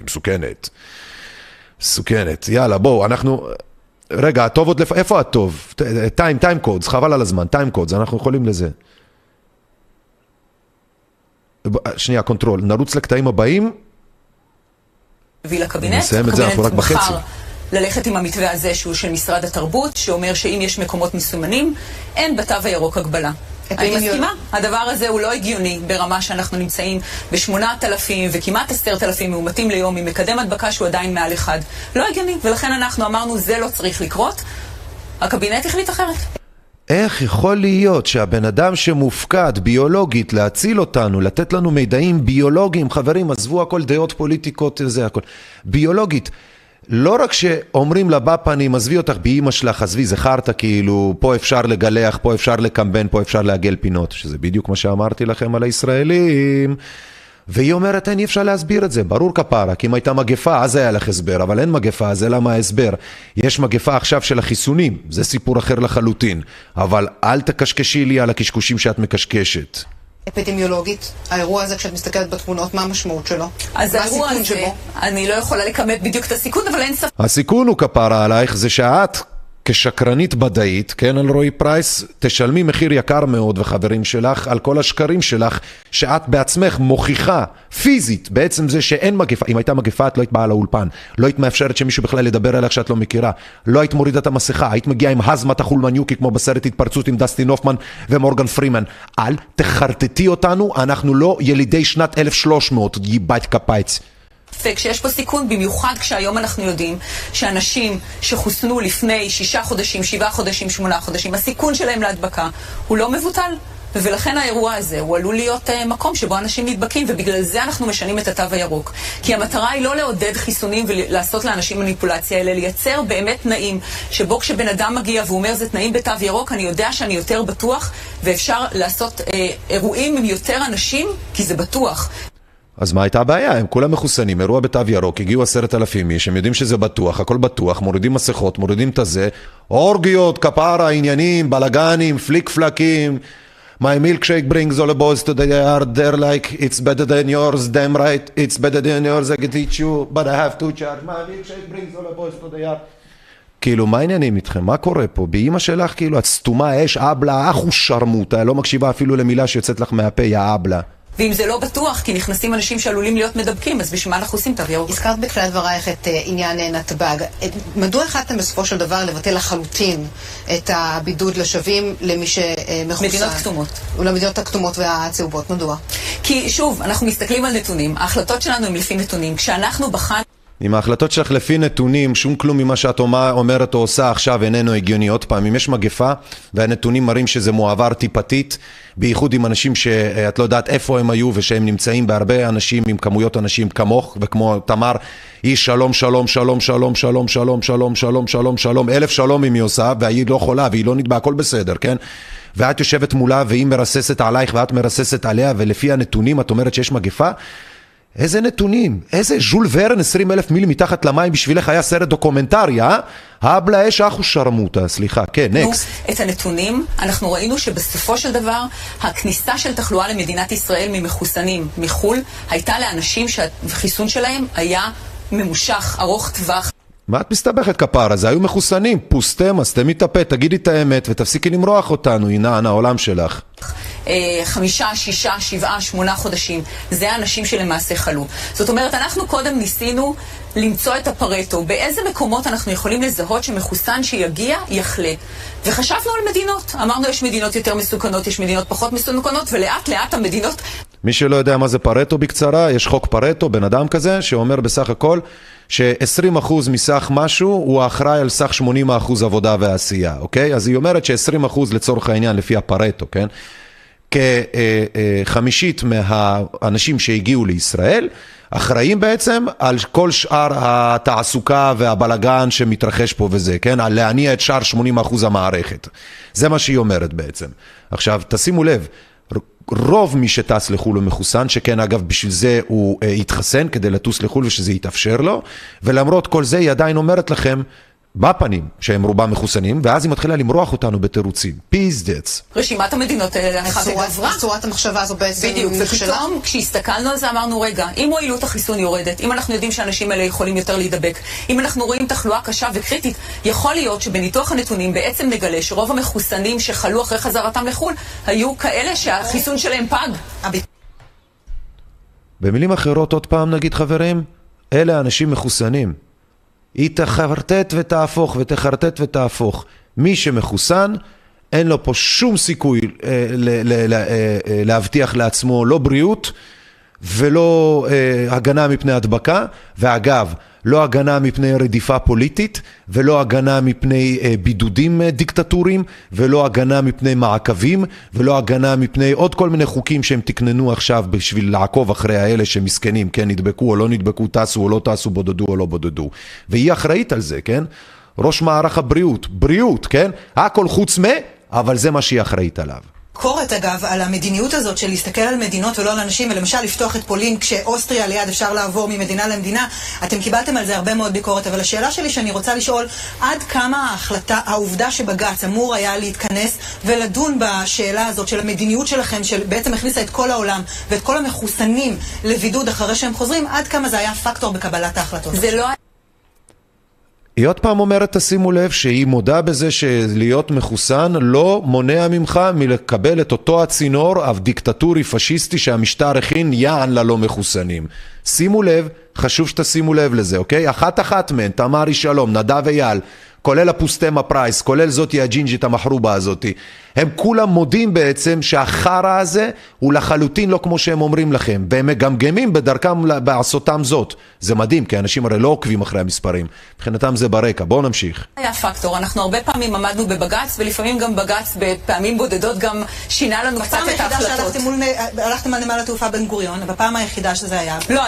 מסוכנת. יאללה, בואו, אנחנו... רגע, הטוב עוד איפה הטוב? טיים קודס, חבל על הזמן, טיים קודס, אנחנו יכולים לזה. שנייה, קונטרול, נרוץ לקטעים הבאים.
ולקבינט,
נסיים את זה, אנחנו רק בחצי.
ללכת עם המתווה הזה שהוא של משרד התרבות, שאומר שאם יש מקומות מסומנים, אין בתו הירוק הגבלה. אני מסכימה, הדבר הזה הוא לא הגיוני ברמה שאנחנו נמצאים ב8,000 וכמעט 10,000 מאומתים ליום עם מקדם הדבקה שהוא עדיין מעל 1. לא הגיוני, ולכן אנחנו אמרנו זה לא צריך לקרות. הקבינט החליט אחרת.
איך יכול להיות שהבן אדם שמופקד ביולוגית להציל אותנו, לתת לנו מידעים ביולוגיים, חברים, עזבו הכל דעות פוליטיקות, זה הכל. ביולוגית, לא רק שאומרים לה בפנים, עזבי אותך באמא שלך, עזבי, זה חרטה, כאילו, פה אפשר לגלח, פה אפשר לקמבן, פה אפשר לעגל פינות, שזה בדיוק מה שאמרתי לכם על הישראלים. והיא אומרת, אין, אי אפשר להסביר את זה, ברור כפרה, כי אם הייתה מגפה, אז היה לך הסבר, אבל אין מגפה, זה למה ההסבר. יש מגפה עכשיו של החיסונים, זה סיפור אחר לחלוטין, אבל אל תקשקשי לי על הקשקושים שאת מקשקשת.
אפידמיולוגית, האירוע הזה, כשאת מסתכלת בתמונות, מה המשמעות שלו?
אז האירוע הזה, אני לא יכולה לכמת בדיוק את הסיכון, אבל אין ספק.
הסיכון הוא כפרה עלייך, זה שאת כשקרנית בדאית, כן, על רועי פרייס, תשלמי מחיר יקר מאוד וחברים שלך על כל השקרים שלך, שאת בעצמך מוכיחה פיזית, בעצם זה שאין מגפה. אם הייתה מגפה את לא היית באה לאולפן, לא היית מאפשרת שמישהו בכלל לדבר עליך שאת לא מכירה, לא היית מורידה את המסכה, היית מגיעה עם הזמת החולמניוקי כמו בסרט התפרצות עם דסטין הופמן ומורגן פרימן. אל תחרטטי אותנו, אנחנו לא ילידי שנת 1300, ייבת כפייץ.
כשיש פה סיכון, במיוחד כשהיום אנחנו יודעים שאנשים שחוסנו לפני 6 חודשים, 7 חודשים, 8 חודשים, הסיכון שלהם להדבקה הוא לא מבוטל. ולכן האירוע הזה הוא עלול להיות מקום שבו אנשים נדבקים, ובגלל זה אנחנו משנים את התו הירוק. כי המטרה היא לא לעודד חיסונים ולעשות לאנשים מניפולציה, אלא לייצר באמת תנאים שבו כשבן אדם מגיע והוא אומר זה תנאים בתו ירוק, אני יודע שאני יותר בטוח, ואפשר לעשות אירועים עם יותר אנשים, כי זה בטוח.
אז מה הייתה הבעיה? הם כולם מחוסנים, אירוע בתו ירוק, הגיעו 10,000 איש, הם יודעים שזה בטוח, הכל בטוח, מורידים מסכות, מורידים את הזה, אורגיות, כפרה, עניינים, בלגנים, פליק פלקים, my milkshake brings all the boys to the yard, they're like, it's better than yours, damn right, it's better than yours, I can teach you, but I have to charge, my milkshake brings all the boys to the yard. כאילו, מה העניינים איתכם? מה קורה פה? באמא שלך, כאילו, את סתומה, אש, אבלה, אחו שרמוטה, לא מקשיבה אפילו למילה שיוצאת לך מהפה, יא אבלה.
ואם זה לא בטוח, כי נכנסים אנשים שעלולים להיות מדבקים, אז בשביל מה אנחנו עושים תו ירוק?
הזכרת בתחילת דברייך את עניין נתב"ג. מדוע החלטתם בסופו של דבר לבטל לחלוטין את הבידוד לשבים למי שמחוסן?
מדינות כתומות.
ולמדינות הכתומות והצהובות, מדוע?
כי שוב, אנחנו מסתכלים על נתונים, ההחלטות שלנו הן לפי נתונים. כשאנחנו בחן...
עם ההחלטות שלך לפי נתונים, שום כלום ממה שאת אומרת או עושה עכשיו איננו הגיוני. עוד פעם, אם יש מגפה והנתונים מראים שזה מועבר טיפתית, בייחוד עם אנשים שאת לא יודעת איפה הם היו ושהם נמצאים בהרבה אנשים עם כמויות אנשים כמוך וכמו תמר, היא שלום שלום שלום שלום שלום שלום שלום שלום שלום שלום 1000 שלום אם היא עושה והיא לא חולה והיא לא נדבקה, הכל בסדר, כן? ואת יושבת מולה והיא מרססת עלייך ואת מרססת עליה, ולפי הנתונים את אומרת שיש מגפה. איזה נתונים? איזה ז'ול ורן 20,000 מיל מתחת למים בשבילך היה סרט דוקומנטרי, אה? הבלה אש אחו שרמוטה, סליחה, כן, נקסט.
את הנתונים, אנחנו ראינו שבסופו של דבר, הכניסה של תחלואה למדינת ישראל ממחוסנים מחול, הייתה לאנשים שהחיסון שלהם היה ממושך, ארוך טווח.
מה את מסתבכת כפרה? זה היו מחוסנים, פוסטם, אז תמי את הפה, תגידי את האמת ותפסיקי למרוח אותנו, הנה העולם שלך.
5, 6, 7, 8 חודשים. זה האנשים שלמעשה חלו. זאת אומרת, אנחנו קודם ניסינו למצוא את הפרטו. באיזה מקומות אנחנו יכולים לזהות שמחוסן שיגיע, יחלה. וחשבנו על מדינות. אמרנו, יש מדינות יותר מסוכנות, יש מדינות פחות מסוכנות, ולאט לאט המדינות...
מי שלא יודע מה זה פרטו בקצרה, יש חוק פרטו, בן אדם כזה, שאומר בסך הכל ש20% מסך משהו הוא האחראי על סך 80% עבודה ועשייה, אוקיי? אז היא אומרת ש20% לצורך העניין לפי הפרטו, כן? כ50 מהאנשים שהגיעו לישראל אחראים בעצם על כל שאר התעסוקה והבלגן שמתרחש פה וזה, כן? על להניע את שאר 80% המערכת. זה מה שהיא אומרת בעצם. עכשיו, תשימו לב, רוב מי שטס לחול הוא מחוסן, שכן אגב בשביל זה הוא יתחסן כדי לטוס לחול ושזה יתאפשר לו, ולמרות כל זה היא עדיין אומרת לכם בפנים שהם רובם מחוסנים, ואז היא מתחילה למרוח אותנו בתירוצים. פיזדץ.
רשימת המדינות האלה הלכה וגברה.
צורת המחשבה הזו בעצם
בדיוק, ופתאום כשהסתכלנו על זה אמרנו רגע, אם מועילות החיסון יורדת, אם אנחנו יודעים שאנשים האלה יכולים יותר להידבק, אם אנחנו רואים תחלואה קשה וקריטית, יכול להיות שבניתוח הנתונים בעצם נגלה שרוב המחוסנים שחלו אחרי חזרתם לחול, היו כאלה שהחיסון שלהם פג.
במילים אחרות עוד פעם נגיד חברים, אלה אנשים מחוסנים. היא תחרטט ותהפוך ותחרטט ותהפוך. מי שמחוסן, אין לו פה שום סיכוי להבטיח לעצמו לא בריאות ולא הגנה מפני הדבקה, ואגב, לא הגנה מפני רדיפה פוליטית, ולא הגנה מפני בידודים דיקטטוריים, ולא הגנה מפני מעקבים, ולא הגנה מפני עוד כל מיני חוקים שהם תקננו עכשיו בשביל לעקוב אחרי האלה שמסכנים, כן, נדבקו או לא נדבקו, טסו או לא טסו, בודדו או לא בודדו. והיא אחראית על זה, כן? ראש מערך הבריאות, בריאות, כן? הכל חוץ אבל זה מה שהיא אחראית עליו.
ביקורת אגב על המדיניות הזאת של להסתכל על מדינות ולא על אנשים, ולמשל לפתוח את פולין כשאוסטריה ליד אפשר לעבור ממדינה למדינה. אתם קיבלתם על זה הרבה מאוד ביקורת, אבל השאלה שלי שאני רוצה לשאול, עד כמה העובדה שבג"ץ אמור היה להתכנס ולדון בשאלה הזאת של המדיניות שלכם, שבעצם הכניסה את כל העולם ואת כל המחוסנים לבידוד אחרי שהם חוזרים, עד כמה זה היה פקטור בקבלת ההחלטות?
זה לא...
היא עוד פעם אומרת, תשימו לב, שהיא מודה בזה שלהיות מחוסן לא מונע ממך מלקבל את אותו הצינור הדיקטטורי פשיסטי שהמשטר הכין יען ללא מחוסנים. שימו לב, חשוב שתשימו לב לזה, אוקיי? אחת מהן, תמרי שלום, נדב אייל, כולל הפוסטמה פרייס, כולל זאתי הג'ינג'ית המחרובה הזאתי, הם כולם מודים בעצם שהחרה הזה הוא לחלוטין לא כמו שהם אומרים לכם, והם מגמגמים בדרכם בעשותם זאת. זה מדהים, כי אנשים הרי לא עוקבים אחרי המספרים. מבחינתם זה ברקע. בואו נמשיך.
היה פקטור, אנחנו הרבה פעמים עמדנו בבגץ, ולפעמים גם בגץ בפעמים בודדות גם שינה לנו קצת את ההחלטות.
הלכתם על נמל התעופה בן גוריון, בפעם היחידה שזה היה.
לא,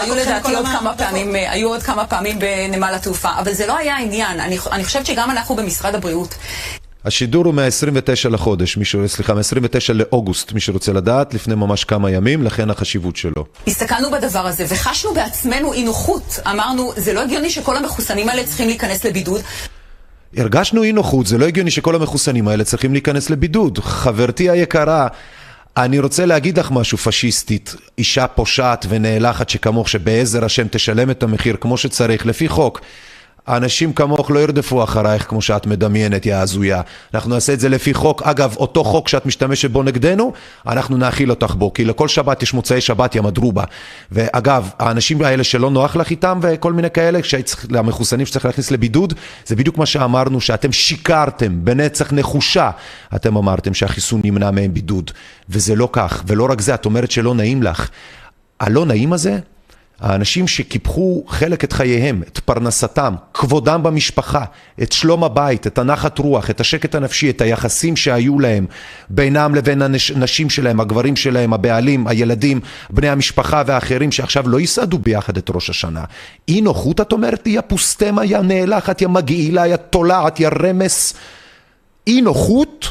היו עוד כמה פעמים בנמל התעופה, אבל זה לא היה העניין. אני חושבת שגם אנחנו במשרד הבריאות.
השידור הוא מה-29 לחודש, מה-29 לאוגוסט, מי שרוצה לדעת, לפני ממש כמה ימים, לכן החשיבות שלו.
הסתכלנו בדבר הזה וחשנו בעצמנו אי נוחות. אמרנו, זה לא הגיוני שכל המחוסנים האלה צריכים להיכנס לבידוד.
הרגשנו אי נוחות, זה לא הגיוני שכל המחוסנים האלה צריכים להיכנס לבידוד. חברתי היקרה, אני רוצה להגיד לך משהו פשיסטית, אישה פושעת ונאלחת שכמוך שבעזר השם תשלם את המחיר כמו שצריך, לפי חוק. האנשים כמוך לא ירדפו אחרייך כמו שאת מדמיינת, יא הזויה. אנחנו נעשה את זה לפי חוק. אגב, אותו חוק שאת משתמשת בו נגדנו, אנחנו נאכיל אותך בו, כי לכל שבת יש מוצאי שבת, יא מדרובה. ואגב, האנשים האלה שלא נוח לך איתם וכל מיני כאלה, למחוסנים שצריך להכניס לבידוד, זה בדיוק מה שאמרנו, שאתם שיקרתם בנצח נחושה. אתם אמרתם שהחיסון נמנע מהם בידוד, וזה לא כך. ולא רק זה, את אומרת שלא נעים לך. הלא נעים הזה, האנשים שקיפחו חלק את חייהם, את פרנסתם, כבודם במשפחה, את שלום הבית, את הנחת רוח, את השקט הנפשי, את היחסים שהיו להם בינם לבין הנשים שלהם, הגברים שלהם, הבעלים, הילדים, בני המשפחה והאחרים שעכשיו לא יסעדו ביחד את ראש השנה. אי נוחות, את אומרת, יא פוסטמה, יא נאלחת, יא מגעילה, יא תולעת, יא רמס. אי נוחות?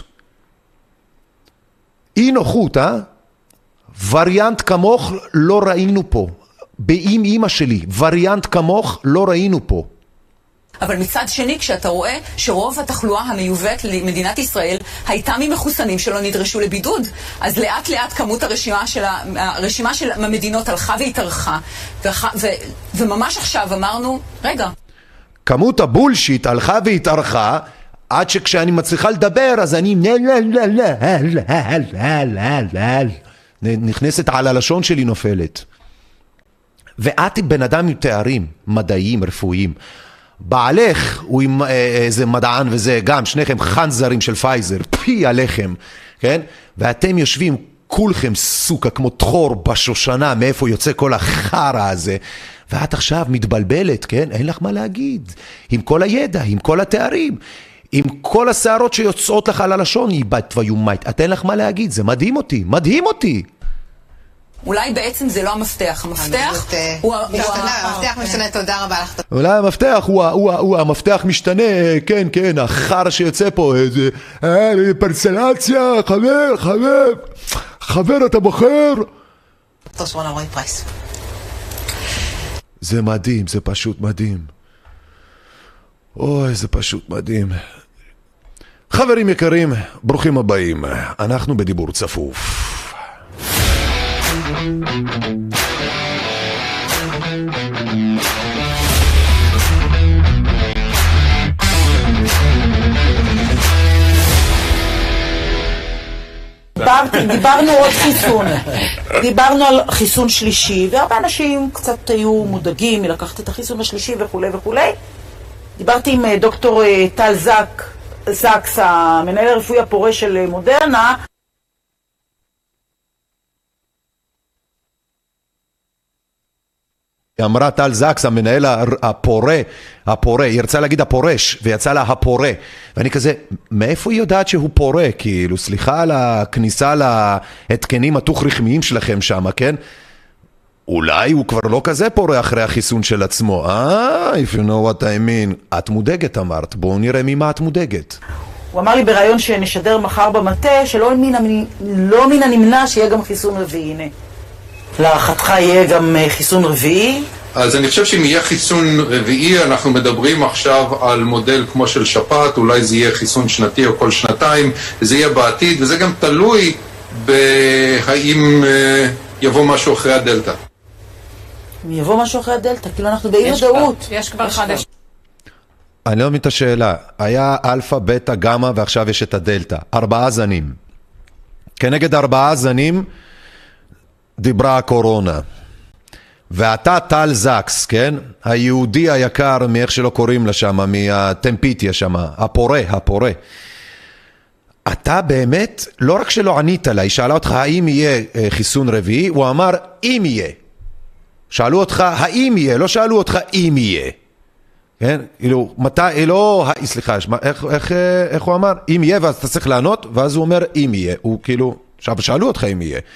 אי נוחות, וריאנט כמוך לא ראינו פה. באמא שלי, וריאנט כמוך לא ראינו פה.
אבל מצד שני, כשאתה רואה שרוב התחלואה המיובאת למדינת ישראל הייתה ממחוסנים שלא נדרשו לבידוד, אז לאט לאט כמות הרשימה של המדינות הלכה והתארכה, וממש עכשיו אמרנו, רגע.
כמות הבולשיט הלכה והתארכה, עד שכשאני מצליחה לדבר, אז אני נכנסת על הלשון שלי נופלת. ואת בן אדם עם תארים מדעיים, רפואיים. בעלך הוא עם איזה מדען וזה, גם שניכם חנזרים של פייזר, פי עליכם, כן? ואתם יושבים כולכם סוכה כמו תחור בשושנה, מאיפה יוצא כל החרה הזה, ואת עכשיו מתבלבלת, כן? אין לך מה להגיד. עם כל הידע, עם כל התארים, עם כל השערות שיוצאות לך על הלשון, איבדת ויומית, את אין לך מה להגיד, זה מדהים אותי, מדהים אותי.
אולי בעצם זה לא המפתח, המפתח הוא...
המפתח משתנה, תודה רבה לך.
אולי המפתח הוא המפתח משתנה, כן, כן, החר שיוצא פה, איזה פרסלציה, חבר אתה בוחר.
דוקטור שרון אלרעי פרייס.
זה מדהים, זה פשוט מדהים. אוי, זה פשוט מדהים. חברים יקרים, ברוכים הבאים, אנחנו בדיבור צפוף.
דיברנו עוד חיסון, דיברנו על חיסון שלישי, והרבה אנשים קצת היו מודאגים מלקחת את החיסון השלישי וכולי וכולי. דיברתי עם דוקטור טל זקס, המנהל הרפואי הפורה של מודרנה.
אמרה טל זקס, המנהל הפורה, היא רצה להגיד הפורש, ויצא לה הפורה. ואני כזה, מאיפה היא יודעת שהוא פורה? כאילו, סליחה על הכניסה להתקנים התוך רחמיים שלכם שם, כן? אולי הוא כבר לא כזה פורה אחרי החיסון של עצמו. if you know what I mean. את מודאגת, אמרת. בואו נראה ממה את מודאגת.
הוא אמר לי ברעיון שנשדר מחר במטה, שלא מן הנמנע שיהיה גם חיסון רביעי. הנה. להערכתך יהיה גם חיסון רביעי?
אז אני חושב שאם יהיה חיסון רביעי, אנחנו מדברים עכשיו על מודל כמו של שפעת, אולי זה יהיה חיסון שנתי או כל שנתיים, וזה יהיה בעתיד, וזה גם תלוי בהאם יבוא משהו אחרי הדלטה.
אם יבוא משהו אחרי הדלטה, כאילו אנחנו באי ודאות.
יש כבר חדש.
אני לא מבין את השאלה. היה אלפא, בטא, גמא, ועכשיו יש את הדלתא. 4 זנים. כנגד 4 זנים דיברה הקורונה. ואתה טל זקס, כן? היהודי היקר, מאיך שלא קוראים לה שם, מהטמפיטיה שם, הפורה. אתה באמת, לא רק שלא ענית לה, היא שאלה אותך האם יהיה חיסון רביעי, הוא אמר אם יהיה. שאלו אותך האם יהיה, לא שאלו אותך אם יהיה. כן? כאילו, מתי, לא, סליחה, איך הוא אמר? אם יהיה, ואז אתה צריך לענות, ואז הוא אומר אם יהיה. הוא כאילו, שאלו אותך אם יהיה.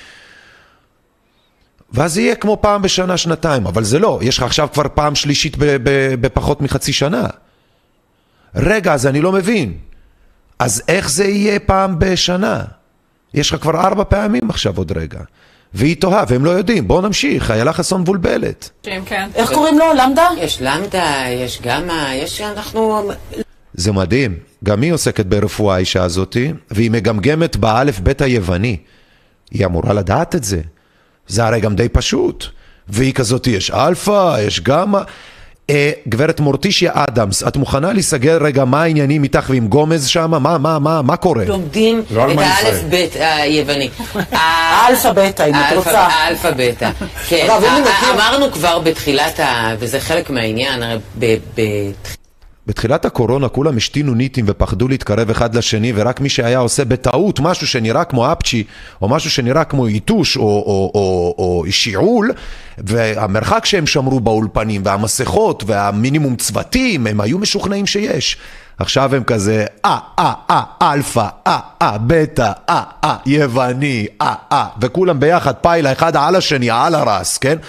ואז יהיה כמו פעם בשנה, שנתיים, אבל זה לא, יש לך עכשיו כבר פעם שלישית בפחות מחצי שנה. רגע, אז אני לא מבין. אז איך זה יהיה פעם בשנה? יש לך כבר 4 פעמים עכשיו עוד רגע. והיא תוהה, והם לא יודעים. בואו נמשיך, היה לך אסון מבולבלת.
כן.
איך קוראים לו? למדה?
יש למדה, יש גמא, יש אנחנו...
זה מדהים. גם היא עוסקת ברפואה האישה הזאת, והיא מגמגמת באלף בית היווני. היא אמורה לדעת את זה. זה הרי גם די פשוט. והיא כזאת, יש אלפא, יש גמא. גברת מורטישיה אדמס, את מוכנה להיסגר רגע מה העניינים איתך ועם גומז שם? מה קורה?
לומדים את האלף בית היווני.
האלפא בטא, אם את רוצה.
האלפא בטא. כן, אמרנו כבר בתחילת, וזה חלק מהעניין,
בתחילת הקורונה כולם השתינו ניטים ופחדו להתקרב אחד לשני, ורק מי שהיה עושה בטעות משהו שנראה כמו אפצ'י, או משהו שנראה כמו איתוש, או שיעול, והמרחק שהם שמרו באולפנים, והמסכות, והמינימום צוותים, הם היו משוכנעים שיש. עכשיו הם כזה, אלפא, בטא, יווני, וכולם ביחד, פיילה אחד על השני, על הרס, כן?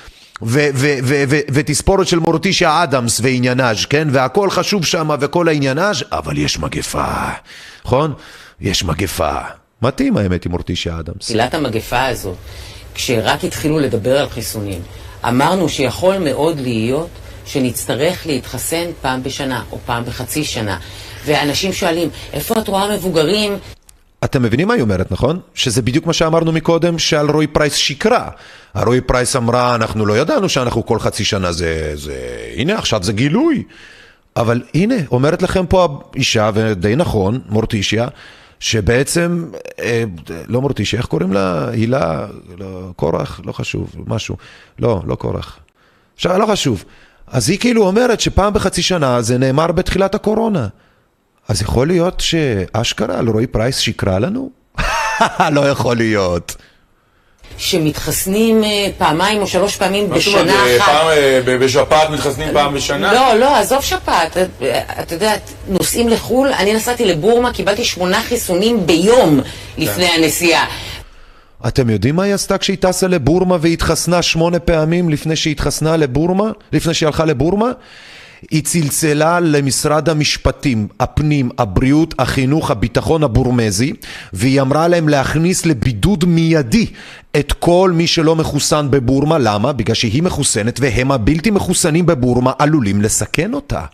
ותספורת של מורטישיה אדמס ועניינאז', כן? והכל חשוב שם וכל העניינאז', אבל יש מגפה, נכון? יש מגפה. מתאים האמת עם מורטישיה אדמס.
תחילת המגפה הזאת, כשרק התחילו לדבר על חיסונים, אמרנו שיכול מאוד להיות שנצטרך להתחסן פעם בשנה או פעם בחצי שנה. ואנשים שואלים, איפה את רואה מבוגרים?
אתם מבינים מה היא אומרת, נכון? שזה בדיוק מה שאמרנו מקודם, שעל רוי פרייס שקרה. הרוי פרייס אמרה, אנחנו לא ידענו שאנחנו כל חצי שנה הנה, עכשיו זה גילוי. אבל הנה, אומרת לכם פה האישה, ודי נכון, מורטישיה, שבעצם, לא מורטישיה, איך קוראים לה? הילה, לא, קורח, לא חשוב, משהו. לא קורח. לא חשוב. אז היא כאילו אומרת שפעם בחצי שנה זה נאמר בתחילת הקורונה. אז יכול להיות שאשכרה על רוי פרייס שקרה לנו? לא יכול להיות.
שמתחסנים פעמיים או 3 פעמים בשנה אחת.
בשפעת מתחסנים פעם בשנה?
לא, עזוב שפעת. אתה יודע, נוסעים לחול, אני נסעתי לבורמה, קיבלתי 8 חיסונים ביום לפני הנסיעה.
אתם יודעים מה היא עשתה כשהיא טסה לבורמה והיא התחסנה 8 פעמים לפני שהיא התחסנה לבורמה? לפני שהיא הלכה לבורמה? היא צלצלה למשרד המשפטים, הפנים, הבריאות, החינוך, הביטחון הבורמזי, והיא אמרה להם להכניס לבידוד מיידי את כל מי שלא מחוסן בבורמה. למה? בגלל שהיא מחוסנת והם הבלתי מחוסנים בבורמה עלולים לסכן אותה.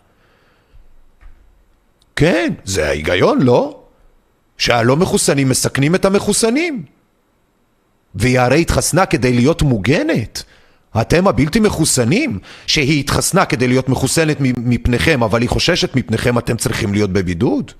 כן, זה ההיגיון, לא? שהלא מחוסנים מסכנים את המחוסנים. והיא הרי התחסנה כדי להיות מוגנת. אתם הבלתי מחוסנים, שהיא התחסנה כדי להיות מחוסנת מפניכם, אבל היא חוששת מפניכם, אתם צריכים להיות בבידוד?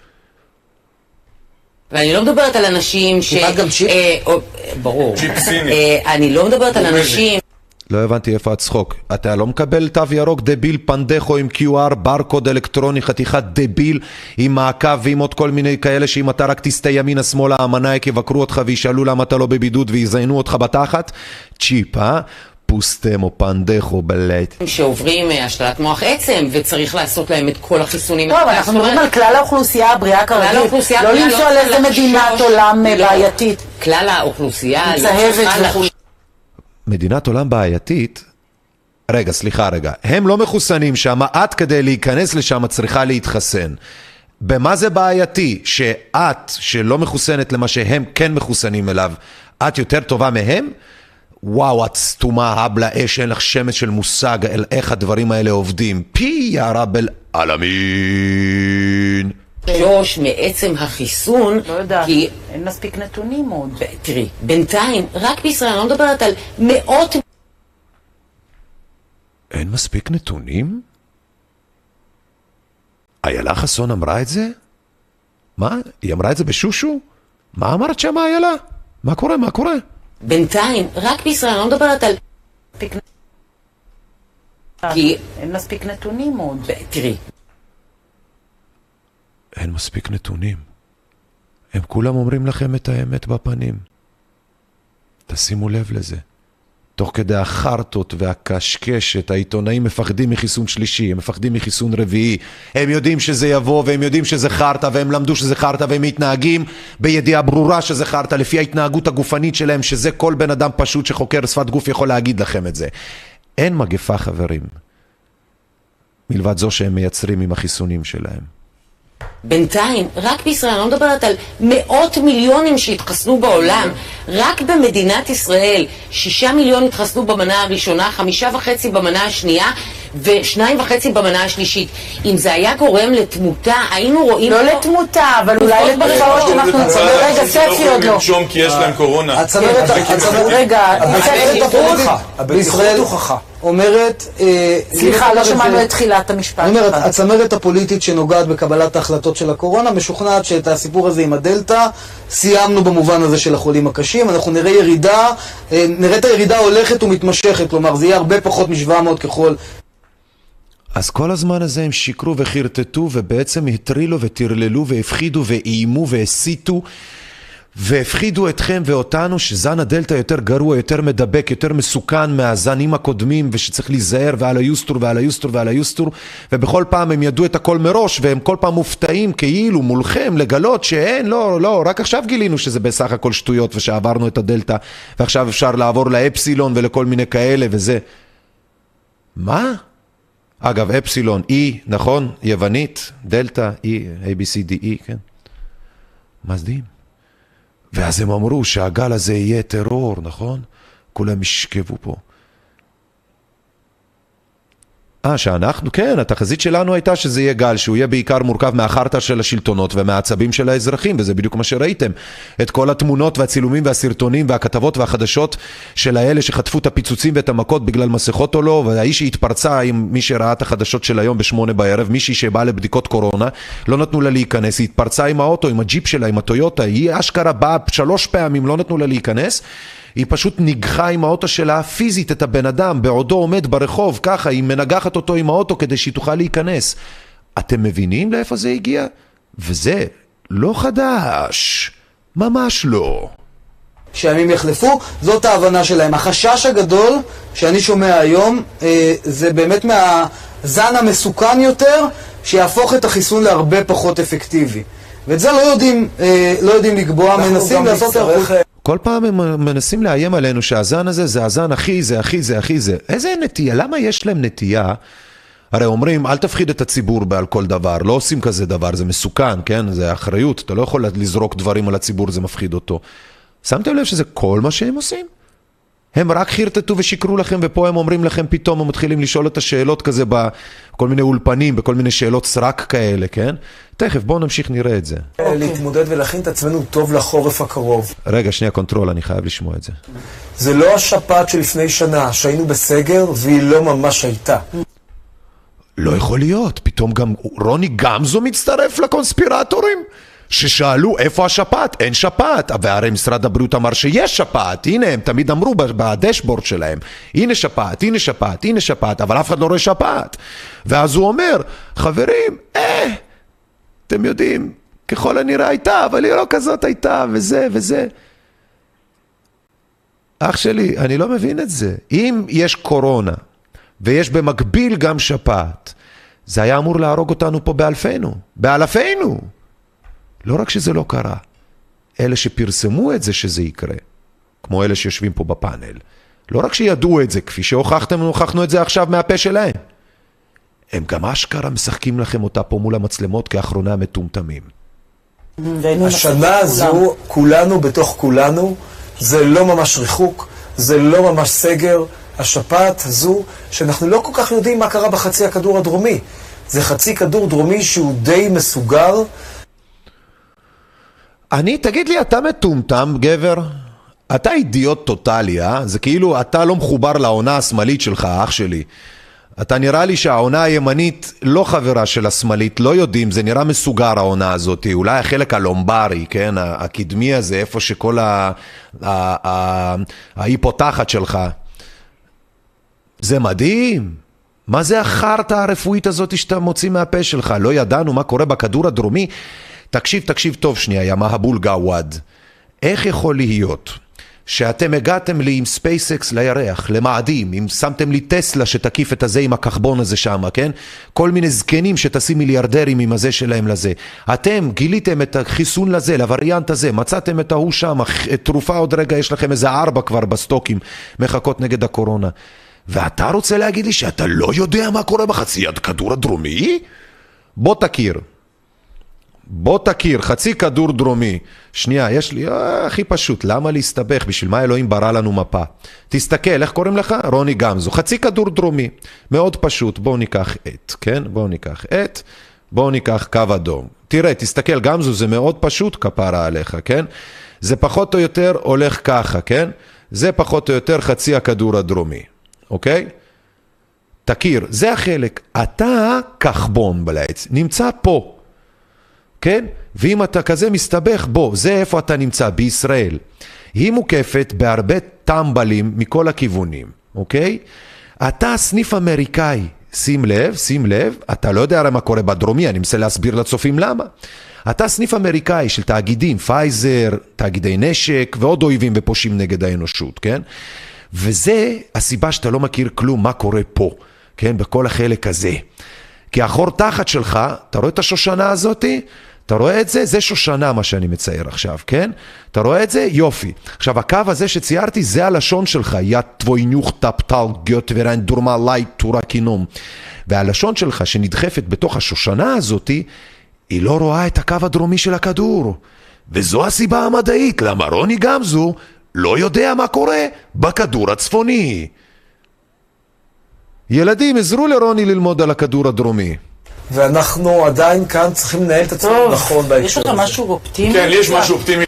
ואני לא מדברת על אנשים ש...
גם צ'יפ?
ברור.
צ'יפ סיני.
אני לא מדברת על אנשים...
לא הבנתי איפה הצחוק. אתה לא מקבל תו ירוק דביל פנדחו עם QR, ברקוד אלקטרוני, חתיכת דביל עם מעקב ועם עוד כל מיני כאלה שאם אתה רק תסתה ימינה שמאלה המנאייק יבקרו אותך וישאלו למה אתה לא בבידוד ויזיינו אותך בתחת. צ'יפ, פוסטם או פנדחו בלט.
שעוברים השתלת מוח עצם וצריך לעשות להם את כל החיסונים.
טוב, אנחנו מדברים על כלל האוכלוסייה הבריאה כרגיל. לא למצוא על איזה מדינת עולם בעייתית.
כלל האוכלוסייה...
מצהבת וכו'.
מדינת עולם בעייתית, סליחה, הם לא מחוסנים שם, את כדי להיכנס לשם צריכה להתחסן. במה זה בעייתי? שאת, שלא מחוסנת למה שהם כן מחוסנים אליו, את יותר טובה מהם? וואו, את סתומה, הבלה אש, אין לך שמץ של מושג על איך הדברים האלה עובדים. פי יא רב אל עלמין.
שוש מעצם החיסון,
לא יודעת,
כי...
אין מספיק נתונים עוד.
תראי, בינתיים, רק בישראל, אני לא מדברת על מאות...
אין מספיק נתונים? איילה חסון אמרה את זה? מה? היא אמרה את זה בשושו? מה אמרת שם איילה? מה קורה? מה קורה?
בינתיים, רק בישראל, אני לא מדברת על...
כי אין מספיק נתונים עוד.
תראי.
אין מספיק נתונים. הם כולם אומרים לכם את האמת בפנים. תשימו לב לזה. תוך כדי החרטות והקשקשת, העיתונאים מפחדים מחיסון שלישי, הם מפחדים מחיסון רביעי, הם יודעים שזה יבוא והם יודעים שזה חרטה והם למדו שזה חרטה והם מתנהגים בידיעה ברורה שזה חרטה לפי ההתנהגות הגופנית שלהם, שזה כל בן אדם פשוט שחוקר שפת גוף יכול להגיד לכם את זה. אין מגפה חברים, מלבד זו שהם מייצרים עם החיסונים שלהם.
בינתיים, רק בישראל, אני לא מדברת על מאות מיליונים שהתחסנו בעולם, רק במדינת ישראל 6 מיליון התחסנו במנה הראשונה, 5.5 במנה השנייה ו2.5 במנה השלישית. אם זה היה גורם לתמותה, היינו רואים...
לא לתמותה, אבל אולי לתמותה שאנחנו... רגע, ספי עוד לא.
כי יש להם קורונה.
רגע,
בישראל אומרת...
סליחה, לא שמענו את תחילת המשפט.
אומרת, הצמרת הפוליטית שנוגעת בקבלת ההחלטות של הקורונה, משוכנעת שאת הסיפור הזה עם הדלטה, סיימנו במובן הזה של החולים הקשים, אנחנו נראה ירידה, נראה את הירידה הולכת ומתמשכת, כלומר זה יהיה הרבה פחות מ-700 ככל.
אז כל הזמן הזה הם שיקרו וחרטטו ובעצם הטרילו ותרללו והפחידו ואיימו והסיתו והפחידו אתכם ואותנו שזן הדלטה יותר גרוע, יותר מדבק, יותר מסוכן מהזנים הקודמים ושצריך להיזהר ועל היוסטור ועל היוסטור ועל היוסטור, ובכל פעם הם ידעו את הכל מראש והם כל פעם מופתעים כאילו מולכם לגלות שאין, לא, רק עכשיו גילינו שזה בסך הכל שטויות ושעברנו את הדלטה ועכשיו אפשר לעבור לאפסילון ולכל מיני כאלה וזה. מה? אגב, אפסילון, E, נכון? יוונית, דלטה, E, A, B, C, D, E, כן? מזדים. ואז הם אמרו שהגל הזה יהיה טרור, נכון? כולם ישכבו פה. שאנחנו, כן, התחזית שלנו הייתה שזה יהיה גל, שהוא יהיה בעיקר מורכב מהחרטה של השלטונות ומהעצבים של האזרחים, וזה בדיוק מה שראיתם. את כל התמונות והצילומים והסרטונים והכתבות והחדשות של האלה שחטפו את הפיצוצים ואת המכות בגלל מסכות או לא, והאיש שהתפרצה עם מי שראה את החדשות של היום ב8 בערב, מישהי שבאה לבדיקות קורונה, לא נתנו לה להיכנס, היא התפרצה עם האוטו, עם הג'יפ שלה, עם הטויוטה, היא אשכרה באה 3 פעמים, לא נתנו לה להיכנס, היא פשוט ניגחה עם האוטו שלה פיזית את הבן אדם, בעודו עומד ברחוב, ככה, היא מנגחת אותו עם האוטו כדי שהיא תוכל להיכנס. אתם מבינים לאיפה זה הגיע? וזה לא חדש, ממש לא.
שהימים יחלפו, זאת ההבנה שלהם. החשש הגדול שאני שומע היום, זה באמת מהזן המסוכן יותר, שיהפוך את החיסון להרבה פחות אפקטיבי. ואת זה לא יודעים לקבוע, מנסים לעשות ערכות.
כל פעם הם מנסים לאיים עלינו שהזן הזה זה הזן הכי זה, הכי זה, הכי זה. איזה נטייה? למה יש להם נטייה? הרי אומרים, אל תפחיד את הציבור על כל דבר, לא עושים כזה דבר, זה מסוכן, כן? זה אחריות, אתה לא יכול לזרוק דברים על הציבור, זה מפחיד אותו. שמתם לב שזה כל מה שהם עושים? הם רק חרטטו ושיקרו לכם, ופה הם אומרים לכם, פתאום הם מתחילים לשאול את השאלות כזה בכל מיני אולפנים, בכל מיני שאלות סרק כאלה, כן? תכף, בואו נמשיך נראה את זה.
להתמודד ולהכין את עצמנו טוב לחורף הקרוב.
רגע, שנייה, קונטרול, אני חייב לשמוע את זה.
זה לא השפעת שלפני שנה, שהיינו בסגר, והיא לא ממש הייתה.
לא יכול להיות, פתאום גם רוני גמזו מצטרף לקונספירטורים? ששאלו איפה השפעת, אין שפעת, והרי משרד הבריאות אמר שיש שפעת, הנה הם תמיד אמרו בדשבורד שלהם, הנה שפעת, הנה שפעת, הנה שפעת, אבל אף אחד לא רואה שפעת. ואז הוא אומר, חברים, אתם יודעים, ככל הנראה הייתה, אבל היא לא כזאת הייתה, וזה וזה. אח שלי, אני לא מבין את זה. אם יש קורונה, ויש במקביל גם שפעת, זה היה אמור להרוג אותנו פה באלפינו. לא רק שזה לא קרה, אלה שפרסמו את זה שזה יקרה, כמו אלה שיושבים פה בפאנל, לא רק שידעו את זה, כפי שהוכחנו את זה עכשיו מהפה שלהם, הם גם אשכרה משחקים לכם אותה פה מול המצלמות כאחרוני המטומטמים.
השנה הזו, כולנו בתוך כולנו, זה לא ממש ריחוק, זה לא ממש סגר, השפעת הזו, שאנחנו לא כל כך יודעים מה קרה בחצי הכדור הדרומי, זה חצי כדור דרומי שהוא די מסוגר.
תגיד לי, אתה מטומטם, גבר? אתה אידיוט טוטלי, זה כאילו, אתה לא מחובר לעונה השמאלית שלך, אח שלי. אתה נראה לי שהעונה הימנית לא חברה של השמאלית, לא יודעים, זה נראה מסוגר העונה הזאת, אולי החלק הלומברי, כן, הקדמי הזה, איפה שכל ההיפותחת שלך. זה מדהים. מה זה החרטה הרפואית הזאת שאתה מוציא מהפה שלך? לא ידענו מה קורה בכדור הדרומי. תקשיב טוב שנייה, יא מהבול גאווד. איך יכול להיות שאתם הגעתם לי עם ספייסקס לירח, למאדים, אם שמתם לי טסלה שתקיף את הזה עם הכחבון הזה שם, כן? כל מיני זקנים שתשים מיליארדרים עם הזה שלהם לזה. אתם גיליתם את החיסון לזה, לווריאנט הזה, מצאתם את ההוא שם, תרופה עוד רגע, יש לכם איזה 4 כבר בסטוקים, מחכות נגד הקורונה. ואתה רוצה להגיד לי שאתה לא יודע מה קורה בחצי הכדור הדרומי? בוא תכיר, חצי כדור דרומי. שנייה, יש לי, הכי פשוט, למה להסתבך? בשביל מה אלוהים ברא לנו מפה? תסתכל, איך קוראים לך? רוני גמזו, חצי כדור דרומי. מאוד פשוט, בואו ניקח כן? בואו ניקח קו אדום. תראה, תסתכל, גמזו זה מאוד פשוט, כפרה עליך, כן? זה פחות או יותר הולך ככה, כן? זה פחות או יותר חצי הכדור הדרומי, אוקיי? תכיר, זה החלק. אתה כחבון בלעץ, נמצא פה. כן? ואם אתה כזה מסתבך בו, זה איפה אתה נמצא, בישראל. היא מוקפת בהרבה טמבלים מכל הכיוונים, אוקיי? אתה סניף אמריקאי, שים לב, אתה לא יודע הרי מה קורה בדרומי, אני מנסה להסביר לצופים למה. אתה סניף אמריקאי של תאגידים, פייזר, תאגידי נשק, ועוד אויבים ופושים נגד האנושות, כן? וזה הסיבה שאתה לא מכיר כלום מה קורה פה, כן? בכל החלק הזה. כי האחור תחת שלך, אתה רואה את השושנה הזאת? אתה רואה את זה? זה שושנה מה שאני מצייר עכשיו, כן? אתה רואה את זה? יופי. עכשיו, הקו הזה שציירתי, זה הלשון שלך, יא טבוינוך טפטל גיות ורן דורמה לי תורה כינום. והלשון שלך שנדחפת בתוך השושנה הזאת, היא לא רואה את הקו הדרומי של הכדור. וזו הסיבה המדעית, למה רוני גמזו לא יודע מה קורה בכדור הצפוני. ילדים, עזרו לרוני ללמוד על הכדור הדרומי.
ואנחנו עדיין כאן צריכים לנהל את עצמנו נכון בהקשר הזה.
יש לך משהו אופטימי?
כן, לי יש משהו אופטימי.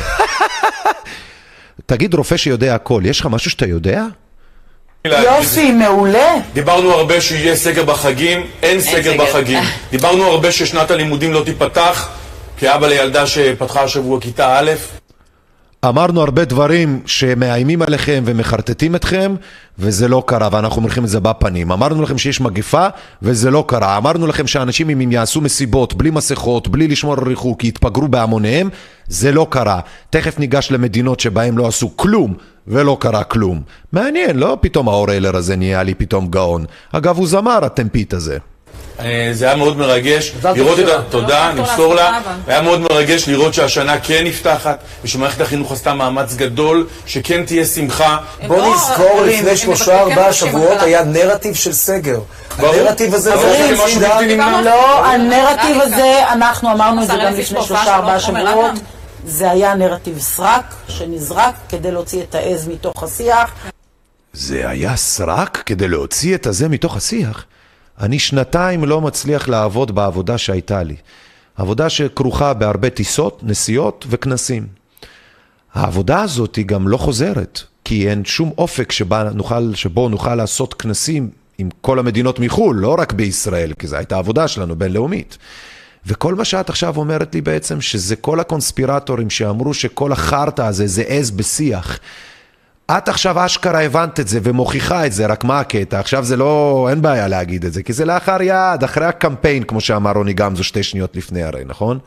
תגיד, רופא שיודע הכל, יש לך משהו שאתה יודע?
יופי, מעולה.
דיברנו הרבה שיהיה סגר בחגים, אין סגר בחגים. דיברנו הרבה ששנת הלימודים לא תיפתח, כאבא לילדה שפתחה השבוע כיתה א'.
אמרנו הרבה דברים שמאיימים עליכם ומחרטטים אתכם, וזה לא קרה, ואנחנו אומרים את זה בפנים. אמרנו לכם שיש מגפה, וזה לא קרה. אמרנו לכם שאנשים אם יעשו מסיבות, בלי מסכות, בלי לשמור על ריחוק, יתפגרו בהמוניהם, זה לא קרה. תכף ניגש למדינות שבהם לא עשו כלום, ולא קרה כלום. מעניין, לא? פתאום האורלר הזה נהיה לי פתאום גאון. אגב, הוא זמר, הטמפית הזה.
זה היה מאוד מרגש לראות את תודה, נמסור לה. היה מאוד מרגש לראות שהשנה כן נפתחת ושמערכת החינוך עשתה מאמץ גדול שכן תהיה שמחה.
בוא נזכור, לפני 3-4 שבועות היה נרטיב של סגר. הנרטיב הזה
לא, הנרטיב הזה, אנחנו אמרנו את זה גם לפני 3-4 שבועות, זה היה נרטיב סרק שנזרק כדי להוציא את העז מתוך השיח.
זה היה סרק כדי להוציא את הזה מתוך השיח? אני 2 לא מצליח לעבוד בעבודה שהייתה לי. עבודה שכרוכה בהרבה טיסות, נסיעות וכנסים. העבודה הזאת היא גם לא חוזרת, כי אין שום אופק שבו נוכל לעשות כנסים עם כל המדינות מחול, לא רק בישראל, כי זו הייתה עבודה שלנו בינלאומית. וכל מה שאת עכשיו אומרת לי בעצם, שזה כל הקונספירטורים שאמרו שכל החרטה הזה זה עז בשיח. את עכשיו אשכרה הבנת את זה ומוכיחה את זה, רק מה הקטע? עכשיו זה לא, אין בעיה להגיד את זה, כי זה לאחר יד, אחרי הקמפיין, כמו שאמר רוני גמזו 2 שניות לפני הרי, נכון?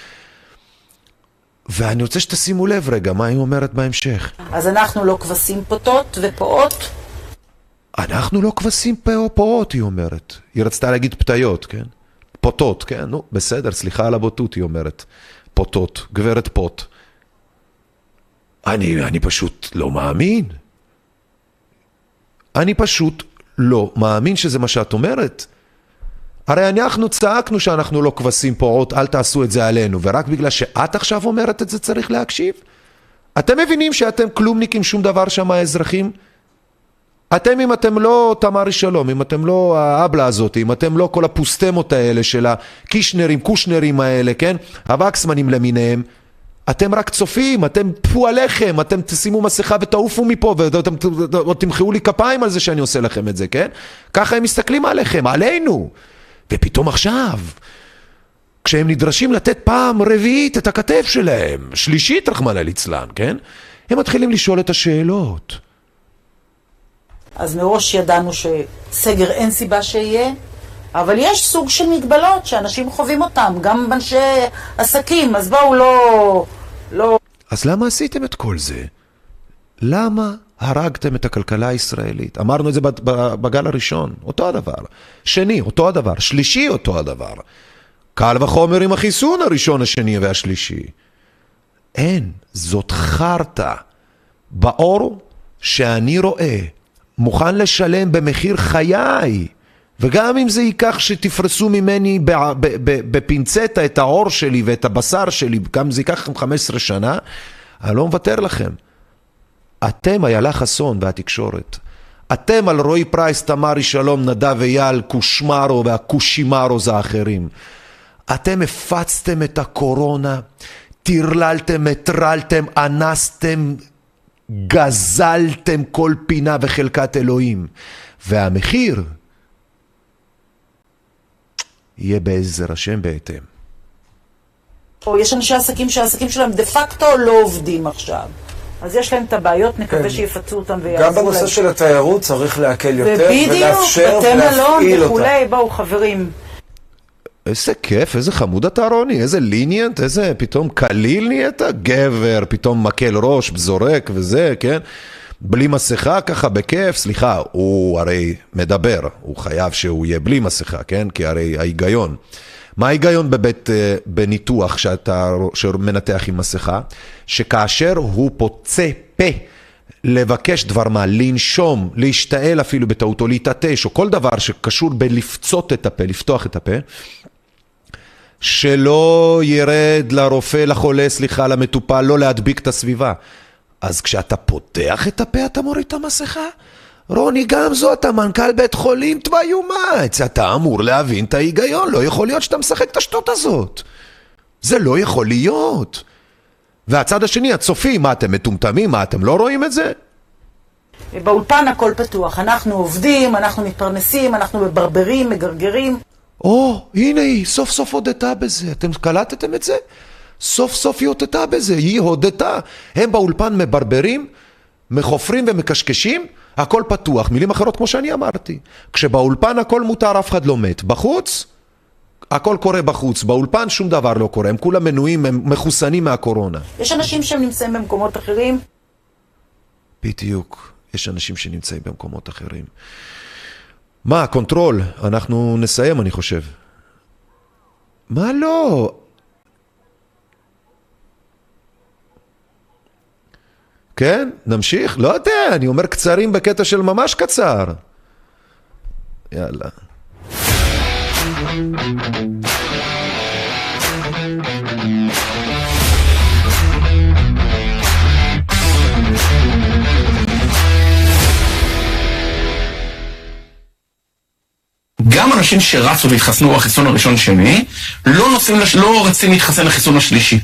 ואני רוצה שתשימו לב רגע, מה היא אומרת בהמשך?
אז אנחנו לא כבשים פוטות ופועות?
אנחנו לא כבשים פועות, היא אומרת. היא רצתה להגיד פתיות, כן? פוטות, כן? נו, בסדר, סליחה על הבוטות, היא אומרת. פוטות, גברת פוט. אני פשוט לא מאמין. אני פשוט לא מאמין שזה מה שאת אומרת. הרי אנחנו צעקנו שאנחנו לא כבשים פועות, אל תעשו את זה עלינו, ורק בגלל שאת עכשיו אומרת את זה צריך להקשיב? אתם מבינים שאתם כלומניקים שום דבר שם האזרחים? אם אתם לא תמרי שלום, אם אתם לא האבלה הזאת, אם אתם לא כל הפוסטמות האלה של הקישנרים, קושנרים האלה, כן? הווקסמנים למיניהם, אתם רק צופים, אתם פו עליכם, אתם תשימו מסכה ותעופו מפה, ועוד תמחאו לי כפיים על זה שאני עושה לכם את זה, כן? ככה הם מסתכלים עליכם, עלינו. ופתאום עכשיו, כשהם נדרשים לתת פעם רביעית את הכתף שלהם, שלישית רחמנא ליצלן, כן? הם מתחילים לשאול את השאלות.
אז מראש ידענו שסגר אין סיבה שיהיה, אבל יש סוג של מגבלות שאנשים חווים אותם, גם אנשי עסקים, אז בואו לא...
אז למה עשיתם את כל זה? למה הרגתם את הכלכלה הישראלית? אמרנו את זה בגל הראשון, אותו הדבר. שני, אותו הדבר. שלישי, אותו הדבר. קל וחומר עם החיסון הראשון, השני והשלישי. אין, זאת חרטה. באור שאני רואה, מוכן לשלם במחיר חיי, וגם אם זה ייקח שתפרסו ממני בפינצטה את האור שלי ואת הבשר שלי, גם זה ייקח 15 שנה, אני לא מוותר לכם. אתם איילה חסון והתקשורת. אתם על רועי פרייס, תמרי שלום, נדב אייל, קושמרו והקושימרו זה האחרים. אתם הפצתם את הקורונה, תרללתם, הטרלתם, אנסתם, גזלתם כל פינה וחלקת אלוהים. והמחיר יהיה בעזר השם בהתאם.
יש אנשי עסקים שהעסקים שלהם דה פקטו לא עובדים עכשיו. אז יש להם את הבעיות, נקווה שיפצו אותם ויעזרו להם.
גם בנושא של התיירות צריך להקל יותר ולאפשר ולהפעיל אותה.
וכולי, בואו חברים.
איזה כיף, איזה חמוד אתה רוני, איזה ליניאנט, איזה פתאום קליל נהיית, גבר, פתאום מקל ראש, זורק וזה, כן? בלי מסכה ככה בכיף, סליחה, הוא הרי מדבר, הוא חייב שהוא יהיה בלי מסכה, כן? כי הרי ההיגיון. מה ההיגיון בניתוח שמנתח עם מסכה? שכאשר הוא פוצה פה, לבקש דבר מה, לנשום, להשתעל אפילו בטעות, או להתעטש, או כל דבר שקשור בלפצות את הפה, לפתוח את הפה, שלא ירד לרופא, לחולה, סליחה, למטופל, לא להדביק את הסביבה. אז כשאתה פותח את הפה, אתה מוריד את המסכה? רוני גמזו, אתה מנכ"ל בית חולים, תביומץ, אתה אמור להבין את ההיגיון, לא יכול להיות שאתה משחק את השטות הזאת. זה לא יכול להיות. והצד השני, הצופים, מה אתם מטומטמים, מה אתם לא רואים את זה?
באולפן הכל פתוח, אנחנו עובדים, אנחנו מתפרנסים, אנחנו מברברים, מגרגרים.
הנה היא, סוף סוף הודתה בזה, אתם קלטתם את זה? סוף סוף היא הודתה בזה, היא הודתה. הם באולפן מברברים, מחופרים ומקשקשים, הכל פתוח, מילים אחרות כמו שאני אמרתי. כשבאולפן הכל מותר, אף אחד לא מת. בחוץ, הכל קורה בחוץ. באולפן שום דבר לא קורה, הם כולם מנויים, הם מחוסנים מהקורונה.
יש אנשים שהם נמצאים במקומות אחרים?
בדיוק, יש אנשים שנמצאים במקומות אחרים. מה, קונטרול, אנחנו נסיים אני חושב. מה לא? כן, נמשיך? לא יודע, אני אומר קצרים בקטע של ממש קצר. יאללה.
גם אנשים שרצו והתחסנו בחיסון הראשון שני, לא רצים להתחסן לחיסון השלישי.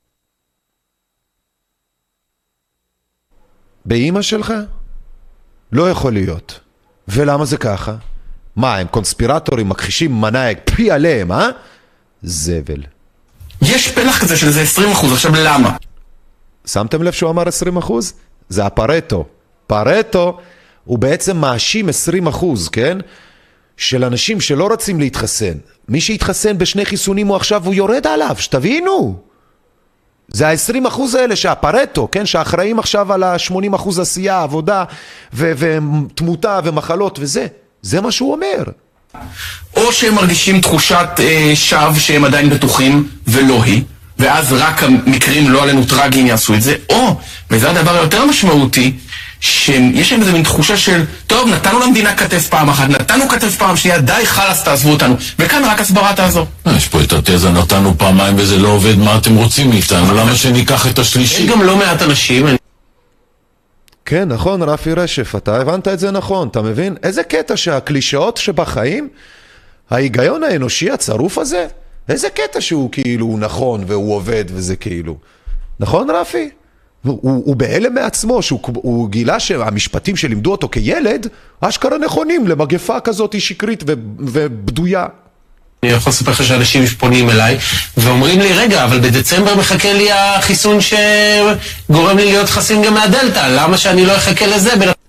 באמא שלך? לא יכול להיות. ולמה זה ככה? מה, הם קונספירטורים, מכחישים, מנהיג, פי עליהם, אה? זבל.
יש פלח כזה של זה 20%, עכשיו למה?
שמתם לב שהוא אמר 20%? זה הפרטו. פרטו הוא בעצם מאשים 20%, כן? של אנשים שלא רצים להתחסן. מי שהתחסן בשני חיסונים הוא עכשיו, הוא יורד עליו, שתבינו. זה ה-20% האלה שהפרטו, כן? שאחראים עכשיו על ה-80% עשייה, עבודה ותמותה ומחלות וזה. זה מה שהוא אומר.
או שהם מרגישים תחושת שווא שהם עדיין בטוחים ולא היא, ואז רק המקרים לא עלינו טרגיים יעשו את זה, או, וזה הדבר היותר משמעותי, שיש להם איזה מין תחושה של, טוב, נתנו למדינה כתף פעם אחת, נתנו כתף פעם שנייה, די חלס תעזבו אותנו, וכאן רק הסברה תעזור.
יש פה את התזה, נתנו פעמיים וזה לא עובד, מה אתם רוצים מאיתנו? למה שניקח את השלישי?
יש גם לא מעט אנשים.
כן, נכון, רפי רשף, אתה הבנת את זה נכון, אתה מבין? איזה קטע שהקלישאות שבחיים, ההיגיון האנושי הצרוף הזה, איזה קטע שהוא כאילו נכון והוא עובד וזה כאילו. נכון רפי? הוא בהלם מעצמו, שהוא גילה שהמשפטים שלימדו אותו כילד, אשכרה נכונים למגפה כזאת שקרית ובדויה.
אני יכול לספר לך שאנשים פונים אליי ואומרים לי, רגע, אבל בדצמבר מחכה לי החיסון שגורם לי להיות חסין גם מהדלטה, למה שאני לא אחכה לזה?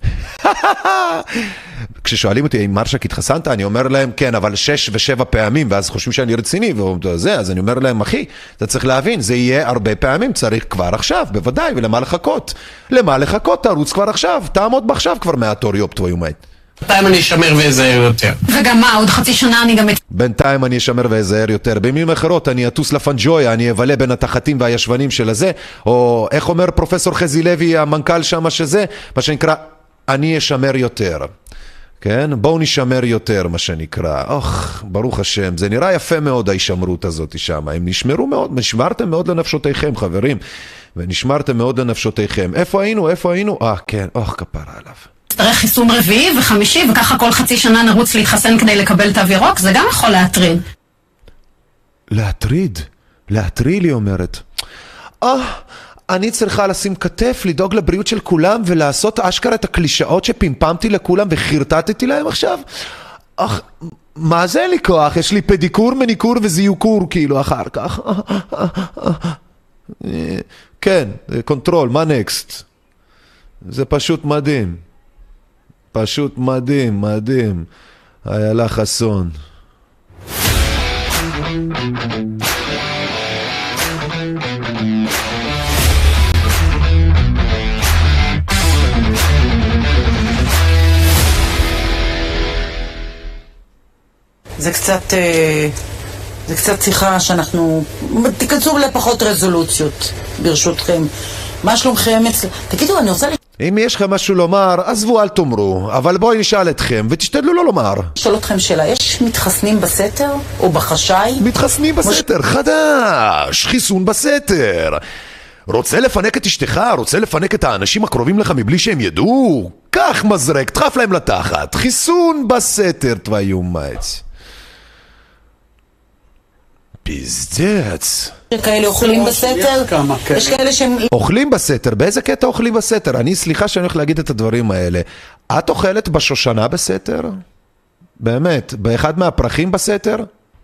כששואלים אותי אם מרשק התחסנת, אני אומר להם כן, אבל 6 ו7 פעמים, ואז חושבים שאני רציני, אז אני אומר להם, אחי, אתה צריך להבין, זה יהיה הרבה פעמים, צריך כבר עכשיו, בוודאי, ולמה לחכות? למה לחכות? תרוץ כבר עכשיו, תעמוד בעכשיו כבר מהתור יופ תווי ומית.
בינתיים אני אשמר ואזהר יותר.
וגם מה, עוד חצי שנה אני גם...
בינתיים אני אשמר ואזהר יותר. במילים אחרות, אני אטוס לפנג'ויה, אני אבלה בין התחתים והישבנים של הזה, או איך אומר פרופסור חזי לוי, המנכ"ל שם שזה, מה שנקרא, אני אשמר יותר. כן? בואו נשמר יותר, מה שנקרא. ברוך השם, זה נראה יפה מאוד ההישמרות הזאת שם. הם נשמרו מאוד, נשמרתם מאוד לנפשותיכם, חברים. ונשמרתם מאוד לנפשותיכם. איפה היינו? כן, כפרה עליו.
צריך חיסון רביעי וחמישי, וככה כל חצי שנה נרוץ להתחסן כדי לקבל תו ירוק, זה גם יכול להטריד.
להטריד, היא אומרת. אני צריכה לשים כתף, לדאוג לבריאות של כולם, ולעשות אשכרה את הקלישאות שפימפמתי לכולם וחרטטתי להם עכשיו? מה זה לי כוח? יש לי פדיקור, מניקור וזיוקור, כאילו, אחר כך. כן, קונטרול, מה נקסט? זה פשוט מדהים. מדהים. איילה חסון.
זה קצת שיחה שאנחנו... תיכנסו לפחות רזולוציות, ברשותכם. מה שלומכם? תגידו, אני רוצה...
אם יש לכם משהו לומר, עזבו, אל תאמרו, אבל בואי נשאל אתכם, ותשתדלו לא לומר.
לשאול אתכם שאלה, יש מתחסנים בסתר או בחשאי?
מתחסנים בסתר, חדש, חיסון בסתר. רוצה לפנק את אשתך, רוצה לפנק את האנשים הקרובים לך מבלי שהם ידעו? קח מזרק, דחף להם לתחת, חיסון בסתר, תוויו מייץ. פיזדץ.
יש כאלה אוכלים בסתר? יש כאלה שהם...
אוכלים בסתר? באיזה קטע אוכלים בסתר? סליחה שאני הולך להגיד את הדברים האלה. את אוכלת בשושנה בסתר? באמת, באחד מהפרחים בסתר?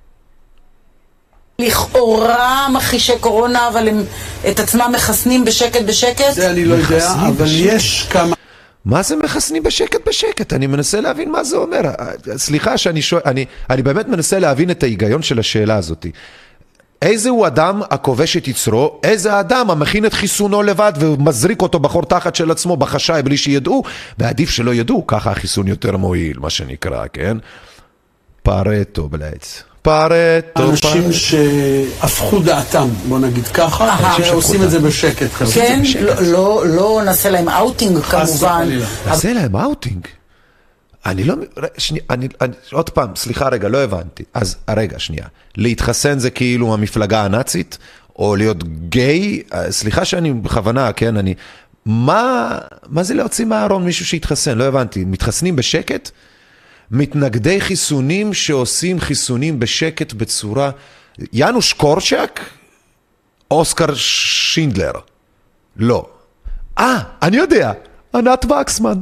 לכאורה מכחישי קורונה, אבל הם את עצמם מחסנים בשקט?
זה אני לא יודע, אבל יש כמה...
מה זה מחסנים בשקט? אני מנסה להבין מה זה אומר. סליחה שאני שואל, אני באמת מנסה להבין את ההיגיון של השאלה הזאת. איזה הוא אדם הכובש את יצרו, איזה אדם המכין את חיסונו לבד ומזריק אותו בחור תחת של עצמו בחשאי בלי שידעו, ועדיף שלא ידעו, ככה החיסון יותר מועיל, מה שנקרא, כן? פרטו בלייץ.
אנשים שהפכו דעתם, בוא נגיד ככה, שעושים את זה בשקט.
כן, לא נעשה להם אאוטינג כמובן.
נעשה להם אאוטינג? אני לא... עוד פעם, סליחה רגע, לא הבנתי. אז רגע, שנייה. להתחסן זה כאילו המפלגה הנאצית? או להיות גיי? סליחה שאני בכוונה, כן? מה זה להוציא מהארון מישהו שהתחסן? לא הבנתי. מתחסנים בשקט? מתנגדי חיסונים שעושים חיסונים בשקט בצורה... יאנוש קורצ'ק? אוסקר שינדלר? לא. אני יודע. ענת וקסמן.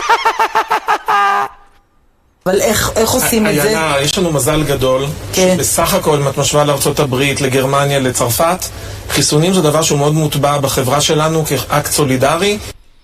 אבל איך עושים את זה?
יש לנו מזל גדול, שבסך הכל, אם את משווה לארצות הברית, לגרמניה, לצרפת, חיסונים זה דבר שהוא מאוד מוטבע בחברה שלנו כאקט סולידרי.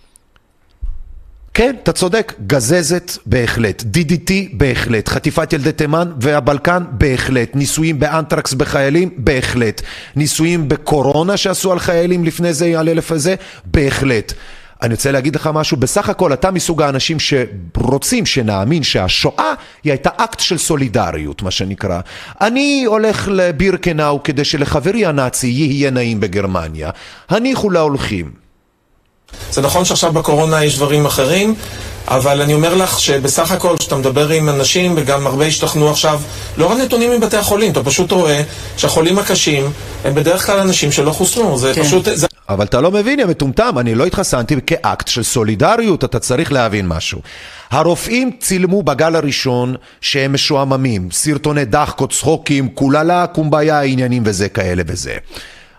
כן, אתה צודק, גזזת בהחלט, DDT בהחלט, חטיפת ילדי תימן והבלקן בהחלט, ניסויים באנטרקס בחיילים בהחלט, ניסויים בקורונה שעשו על חיילים לפני זה, על אלף הזה, בהחלט. אני רוצה להגיד לך משהו, בסך הכל אתה מסוג האנשים שרוצים שנאמין שהשואה היא הייתה אקט של סולידריות, מה שנקרא. אני הולך לבירקנאו כדי שלחברי הנאצי יהיה נעים בגרמניה, הניחו להולכים.
זה נכון שעכשיו בקורונה יש דברים אחרים, אבל אני אומר לך שבסך הכל שאתה מדבר עם אנשים וגם הרבה השתכנו עכשיו, לא רק נתונים מבתי החולים, אתה פשוט רואה שהחולים הקשים הם בדרך כלל אנשים שלא חוסנו, זה פשוט...
אבל אתה לא מבין, הם מטומטם, אני לא התחסנתי כאקט של סולידריות, אתה צריך להבין משהו. הרופאים צילמו בגל הראשון שהם משועממים, סרטוני דחקות, צחוקים, כוללה, קומביה, עניינים וזה כאלה וזה.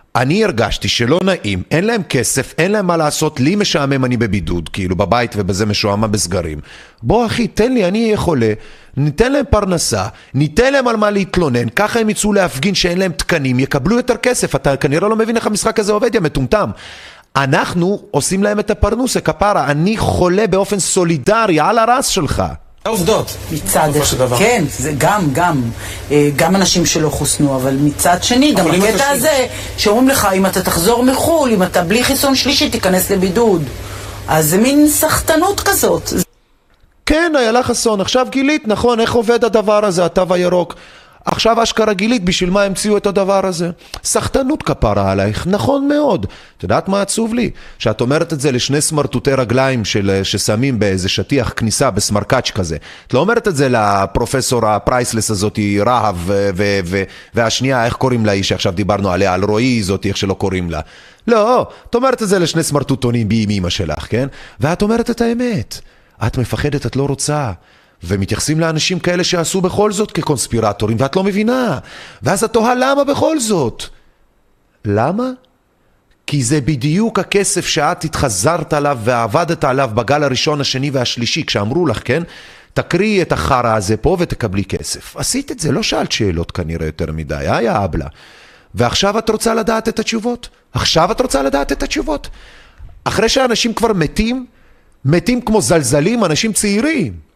אני הרגשתי שלא נעים, אין להם כסף, אין להם מה לעשות, לי משעמם, אני בבידוד, כאילו בבית ובזה משועמם בסגרים. בוא אחי, תן לי, אני אהיה חולה, ניתן להם פרנסה, ניתן להם על מה להתלונן, ככה הם יצאו להפגין שאין להם תקנים, יקבלו יותר כסף, אתה כנראה לא מבין איך המשחק הזה עובד, יא מטומטם. אנחנו עושים להם את הפרנוסה, כפרה, אני חולה באופן סולידרי על הרס שלך.
העובדות.
מצד כן, זה גם אנשים שלא חוסנו, אבל מצד שני, גם הקטע הזה, שאומרים לך, אם אתה תחזור מחול, אם אתה בלי חיסון שלישי, תיכנס לבידוד. אז זה מין סחטנות כזאת.
כן, איילה חסון, עכשיו גילית, נכון, איך עובד הדבר הזה, התו הירוק? עכשיו אשכרה גילית, בשביל מה המציאו את הדבר הזה? סחטנות כפרה עלייך, נכון מאוד. את יודעת מה עצוב לי? שאת אומרת את זה לשני סמרטוטי רגליים ששמים באיזה שטיח כניסה בסמרקאץ' כזה. את לא אומרת את זה לפרופסור הפרייסלס הזאת, רהב, והשנייה, איך קוראים לה, שעכשיו דיברנו עליה, על רועי זאת, איך שלא קוראים לה. לא, את אומרת את זה לשני סמרטוטונים בי אמא שלך, כן? ואת אומרת את האמת. את מפחדת, את לא רוצה. ומתייחסים לאנשים כאלה שעשו בכל זאת כקונספירטורים, ואת לא מבינה. ואז את תוהה למה בכל זאת? למה? כי זה בדיוק הכסף שאת התחזרת עליו ועבדת עליו בגל הראשון, השני והשלישי, כשאמרו לך, כן? תקריאי את החרה הזה פה ותקבלי כסף. עשית את זה, לא שאלת שאלות כנראה יותר מדי, היה אבלה. ועכשיו את רוצה לדעת את התשובות? עכשיו את רוצה לדעת את התשובות? אחרי שאנשים כבר מתים כמו זלזלים, אנשים צעירים.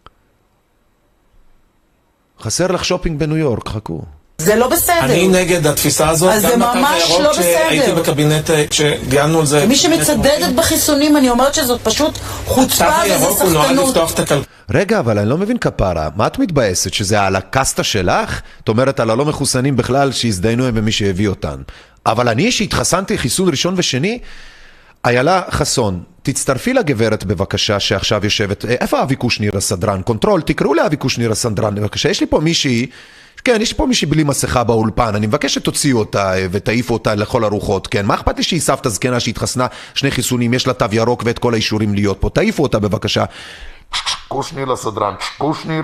חסר לך שופינג בניו יורק, חכו.
זה לא בסדר.
אני נגד התפיסה הזאת.
אז זה ממש לא בסדר.
כשהייתי בקבינט, כשגענו על זה...
מי שמצדדת בחיסונים, אני אומרת שזאת פשוט חוצפה וזה סחטנות.
רגע, אבל אני לא מבין כפרה. מה את מתבאסת? שזה על הקסטה שלך? את אומרת על הלא מחוסנים בכלל שהזדיינו הם במי שהביא אותן. אבל אני שהתחסנתי חיסון ראשון ושני, איילה חסון, תצטרפי לגברת בבקשה שעכשיו יושבת, איפה אבי קושניר הסדרן? קונטרול, תקראו לאבי קושניר הסדרן בבקשה, יש לי פה מישהי, כן, יש לי פה מישהי בלי מסכה באולפן, אני מבקש שתוציאו אותה ותעיפו אותה לכל הרוחות, כן, מה אכפת לי שהיא סבתא זקנה שהתחסנה 2 חיסונים, יש לה תו ירוק ואת כל האישורים להיות פה, תעיפו אותה בבקשה. קושניר לסדרן, קושניר.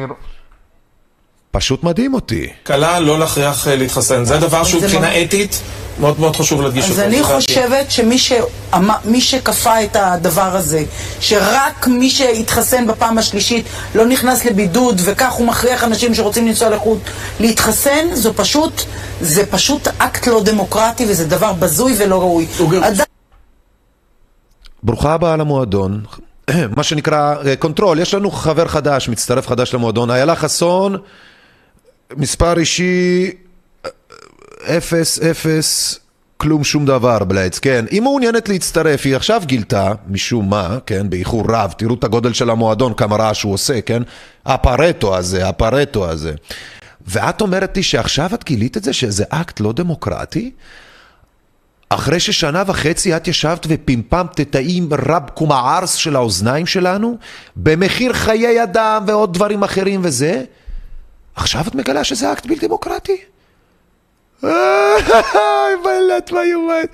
פשוט מדהים אותי.
קלה לא להכריח להתחסן, זה דבר שהוא מבחינה אתית מאוד מאוד חשוב להדגיש אותו.
אז אני חושבת שמי שכפה את הדבר הזה, שרק מי שהתחסן בפעם השלישית לא נכנס לבידוד, וכך הוא מכריח אנשים שרוצים לנסוע לחו"ל להתחסן, זה פשוט אקט לא דמוקרטי, וזה דבר בזוי ולא ראוי.
ברוכה הבאה למועדון, מה שנקרא קונטרול, יש לנו חבר חדש, מצטרף חדש למועדון, איילה חסון, מספר אישי 00 כלום שום דבר בלייץ, כן, היא מעוניינת להצטרף, היא עכשיו גילתה משום מה, כן, באיחור רב, תראו את הגודל של המועדון, כמה רעש הוא עושה, כן, הפרטו הזה, ואת אומרת לי שעכשיו את גילית את זה שזה אקט לא דמוקרטי? אחרי ששנה וחצי את ישבת ופימפמת את האם רב קום הערס של האוזניים שלנו, במחיר חיי אדם ועוד דברים אחרים וזה, עכשיו את מגלה שזה אקט בלתי דמוקרטי? בלט מה יומן.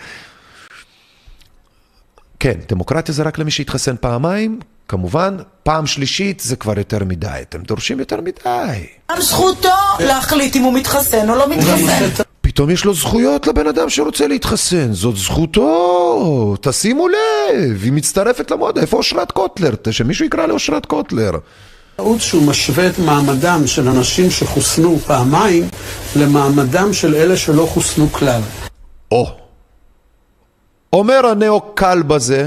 כן, דמוקרטיה זה רק למי שהתחסן פעמיים, כמובן, פעם שלישית זה כבר יותר מדי, אתם דורשים יותר מדי.
גם זכותו להחליט אם הוא מתחסן או לא מתחסן.
פתאום יש לו זכויות לבן אדם שרוצה להתחסן, זאת זכותו, תשימו לב, היא מצטרפת למועד, איפה אושרת קוטלר? שמישהו יקרא לאושרת קוטלר.
שהוא משווה את מעמדם של אנשים שחוסנו פעמיים למעמדם של אלה שלא חוסנו כלל.
אומר הנאו-קל בזה,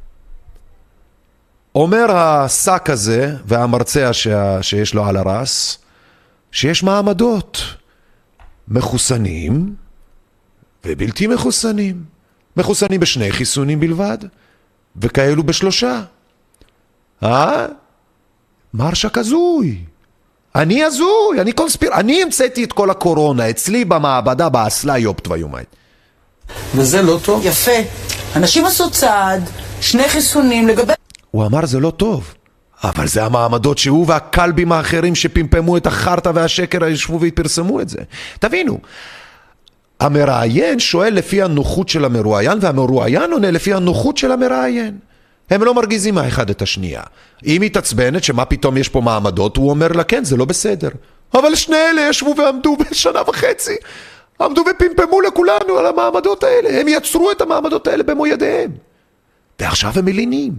אומר השק הזה והמרצע שיש לו על הרס, שיש מעמדות מחוסנים ובלתי מחוסנים. מחוסנים ב2 חיסונים בלבד, וכאלו ב3. מרשק הזוי. אני הזוי, אני המצאתי את כל הקורונה, אצלי במעבדה באסלה יופט ויומית.
וזה לא טוב?
יפה. אנשים עשו צעד, 2 חיסונים לגבי...
הוא אמר זה לא טוב. אבל זה המעמדות שהוא והקלבים האחרים שפמפמו את החרטה והשקר הישבו והתפרסמו את זה. תבינו, המראיין שואל לפי הנוחות של המרואיין, והמרואיין עונה לפי הנוחות של המראיין. הם לא מרגיזים האחד את השנייה. אם היא תצבנת שמה פתאום יש פה מעמדות, הוא אומר לה כן, זה לא בסדר. אבל 2 אלה ישבו ועמדו בשנה וחצי. עמדו ופמפמו לכולנו על המעמדות האלה. הם יצרו את המעמדות האלה במו ידיהם. ועכשיו הם מלינים.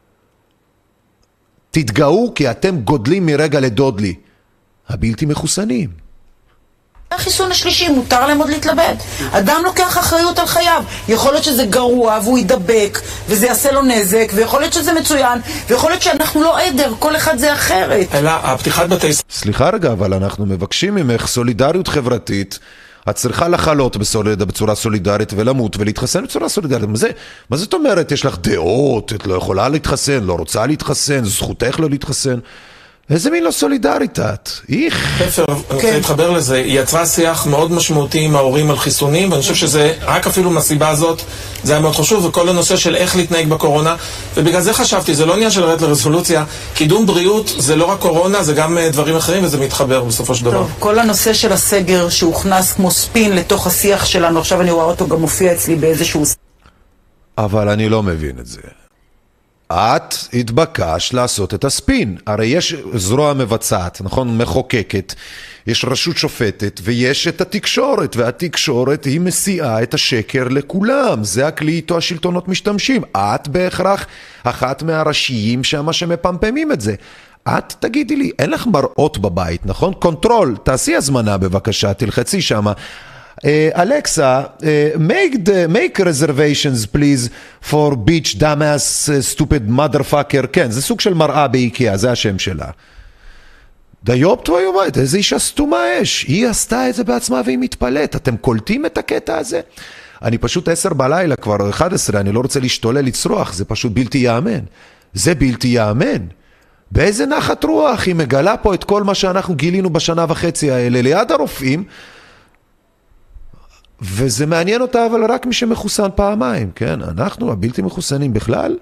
תתגאו כי אתם גודלים מרגע לדודלי. הבלתי מחוסנים.
החיסון השלישי, מותר להם עוד להתלבט. אדם לוקח אחריות על חייו. יכול להיות שזה גרוע והוא ידבק, וזה יעשה לו נזק, ויכול להיות שזה מצוין, ויכול להיות שאנחנו לא עדר, כל אחד זה אחרת.
אלא, הפתיחת בתי... סליחה
רגע, אבל אנחנו מבקשים ממך סולידריות חברתית. את צריכה לחלות בצורה סולידרית ולמות ולהתחסן בצורה סולידרית. מה זאת אומרת? יש לך דעות, את לא יכולה להתחסן, לא רוצה להתחסן, זכותך לא להתחסן. איזה מין לא סולידרית את? איך?
ספר, אני רוצה להתחבר לזה, היא יצרה שיח מאוד משמעותי עם ההורים על חיסונים, ואני חושב שזה, רק אפילו מהסיבה הזאת, זה היה מאוד חשוב, וכל הנושא של איך להתנהג בקורונה, ובגלל זה חשבתי, זה לא עניין של רדת לרזולוציה, קידום בריאות זה לא רק קורונה, זה גם דברים אחרים, וזה מתחבר בסופו של דבר.
טוב, כל הנושא של הסגר שהוכנס כמו ספין לתוך השיח שלנו, עכשיו אני רואה אותו גם מופיע אצלי באיזשהו...
אבל אני לא מבין את זה. את התבקש לעשות את הספין. הרי יש זרוע מבצעת, נכון? מחוקקת, יש רשות שופטת ויש את התקשורת, והתקשורת היא מסיעה את השקר לכולם. זה הכלי איתו השלטונות משתמשים. את בהכרח אחת מהראשיים שמה שמפמפמים את זה. את תגידי לי, אין לך מראות בבית, נכון? קונטרול, תעשי הזמנה בבקשה, תלחצי שמה. Alexa, make reservations please for beach dumbass stupid motherfucker. כן, זה סוג של מראה באיקאה, זה השם שלה. דיופ תוויומית, איזה אישה סתומה אש. היא עשתה את זה בעצמה והיא מתפלט. אתם קולטים את הקטע הזה? אני פשוט 10 בלילה, כבר 11, אני לא רוצה להשתולל לצרוח, זה פשוט בלתי יאמן. זה בלתי יאמן. באיזה נחת רוח היא מגלה פה את כל מה שאנחנו גילינו בשנה וחצי האלה ליד הרופאים, וזה מעניין אותה, אבל רק מי שמחוסן פעמיים, כן? אנחנו, הבלתי מחוסנים בכלל.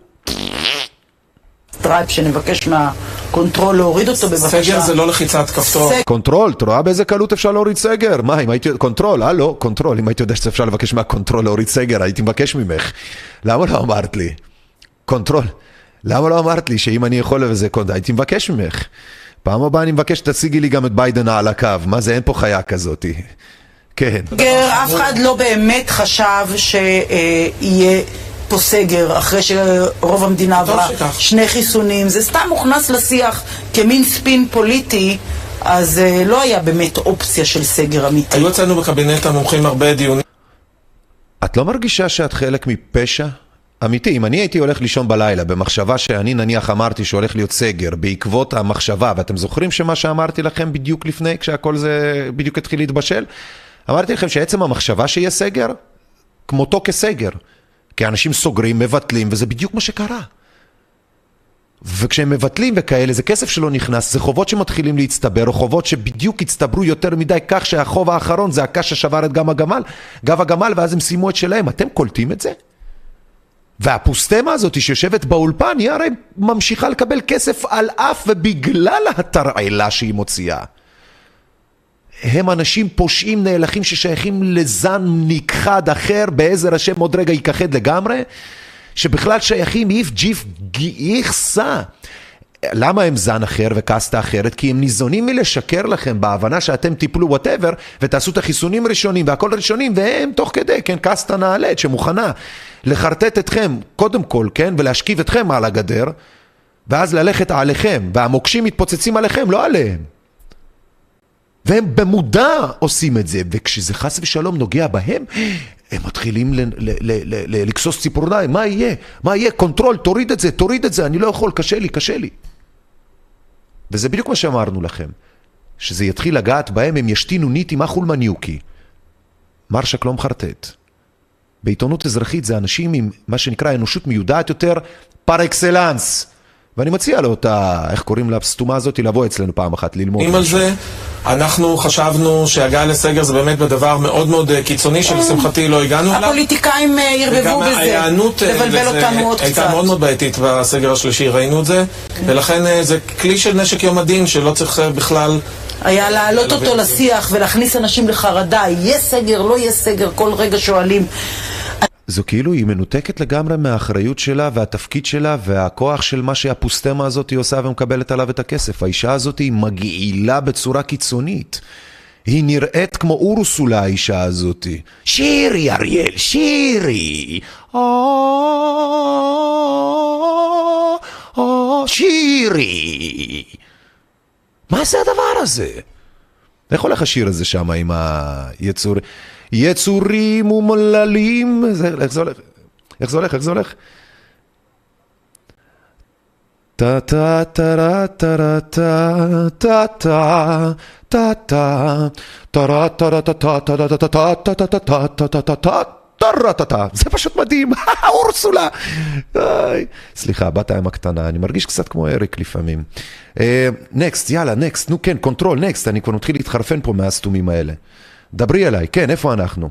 סטרייפ שנבקש מהקונטרול להוריד אותו בבקשה.
סגר זה לא לחיצת כפתור.
קונטרול, אתה רואה באיזה קלות אפשר להוריד סגר? מה, אם הייתי... קונטרול, הלו, קונטרול, אם הייתי יודע שאפשר לבקש מהקונטרול להוריד סגר, הייתי מבקש ממך. למה לא אמרת לי? קונטרול, למה לא אמרת לי שאם אני יכול וזה קונטרול, הייתי מבקש ממך. פעם הבאה אני מבקש שתשיגי לי גם את ביידן על הקו. מה זה, אין פה חיה כזאת. כן.
אף אחד לא באמת חשב שיהיה פה סגר אחרי שרוב המדינה עברה 2 חיסונים. זה סתם מוכנס לשיח כמין ספין פוליטי, אז לא היה באמת אופציה של סגר אמיתי.
היו אצלנו בקבינט המומחים הרבה דיונים.
את לא מרגישה שאת חלק מפשע? אמיתי, אם אני הייתי הולך לישון בלילה במחשבה שאני נניח אמרתי שהולך להיות סגר בעקבות המחשבה, ואתם זוכרים שמה שאמרתי לכם בדיוק לפני, כשהכל זה בדיוק התחיל להתבשל? אמרתי לכם שעצם המחשבה שיהיה סגר, כמותו כסגר. כי אנשים סוגרים, מבטלים, וזה בדיוק מה שקרה. וכשהם מבטלים וכאלה, זה כסף שלא נכנס, זה חובות שמתחילים להצטבר, או חובות שבדיוק הצטברו יותר מדי, כך שהחוב האחרון זה הקש ששבר את גב הגמל, ואז הם סיימו את שלהם. אתם קולטים את זה? והפוסטמה הזאת שיושבת באולפן, היא הרי ממשיכה לקבל כסף על אף, ובגלל התרעלה שהיא מוציאה. הם אנשים פושעים נהלכים ששייכים לזן נכחד אחר, בעזר השם עוד רגע ייכחד לגמרי, שבכלל שייכים איף ג'יף גיחסה. למה הם זן אחר וקסטה אחרת? כי הם ניזונים מלשקר לכם בהבנה שאתם טיפלו whatever, ותעשו את החיסונים ראשונים והכל ראשונים, והם תוך כדי, כן, קסטה נעלית שמוכנה לחרטט אתכם קודם כל, כן, ולהשכיב אתכם על הגדר, ואז ללכת עליכם, והמוקשים מתפוצצים עליכם, לא עליהם. והם במודע עושים את זה, וכשזה חס ושלום נוגע בהם, הם מתחילים לקסוס ציפורניים. מה יהיה? מה יהיה? קונטרול, תוריד את זה, אני לא יכול, קשה לי. וזה בדיוק מה שאמרנו לכם, שזה יתחיל לגעת בהם, הם ישתינו ניט עם אחול מניוקי. מרשק לא מחרטט. בעיתונות אזרחית זה אנשים עם מה שנקרא אנושות מיודעת יותר, פר אקסלנס. ואני מציע לו אותה, איך קוראים לה, סתומה הזאת, לבוא אצלנו פעם אחת, ללמוד.
עם על זה, אנחנו חשבנו שהגעה לסגר זה באמת בדבר מאוד מאוד קיצוני, שלשמחתי לא הגענו אליו.
הפוליטיקאים ירבבו בזה, לבלבל אותנו עוד קצת.
הייתה מאוד מאוד בעייתית בסגר השלישי, ראינו את זה, ולכן זה כלי של נשק יום הדין, שלא צריך בכלל...
היה להעלות אותו לשיח ולהכניס אנשים לחרדה, יהיה סגר, לא יהיה סגר, כל רגע שואלים.
זו כאילו היא מנותקת לגמרי מהאחריות שלה והתפקיד שלה והכוח של מה שהפוסטמה הזאת היא עושה ומקבלת עליו את הכסף. האישה הזאת היא מגעילה בצורה קיצונית. היא נראית כמו אורסולה האישה הזאת. שירי אריאל, שירי. שירי. מה זה הדבר הזה? איך הולך השיר הזה שם עם יצורים ומוללים? איך זה הולך? איך זה הולך? איך זה הולך? טה טה טה טה טה טה טה טה טה טה טה טה טה טה. זה פשוט מדהים. אורסולה. סליחה, בת הים הקטנה, אני מרגיש קצת כמו אריק לפעמים. נקסט, יאללה, נקסט, נו כן, קונטרול, נקסט, אני כבר נתחיל להתחרפן פה מהסתומים האלה. דברי אליי, כן, איפה אנחנו?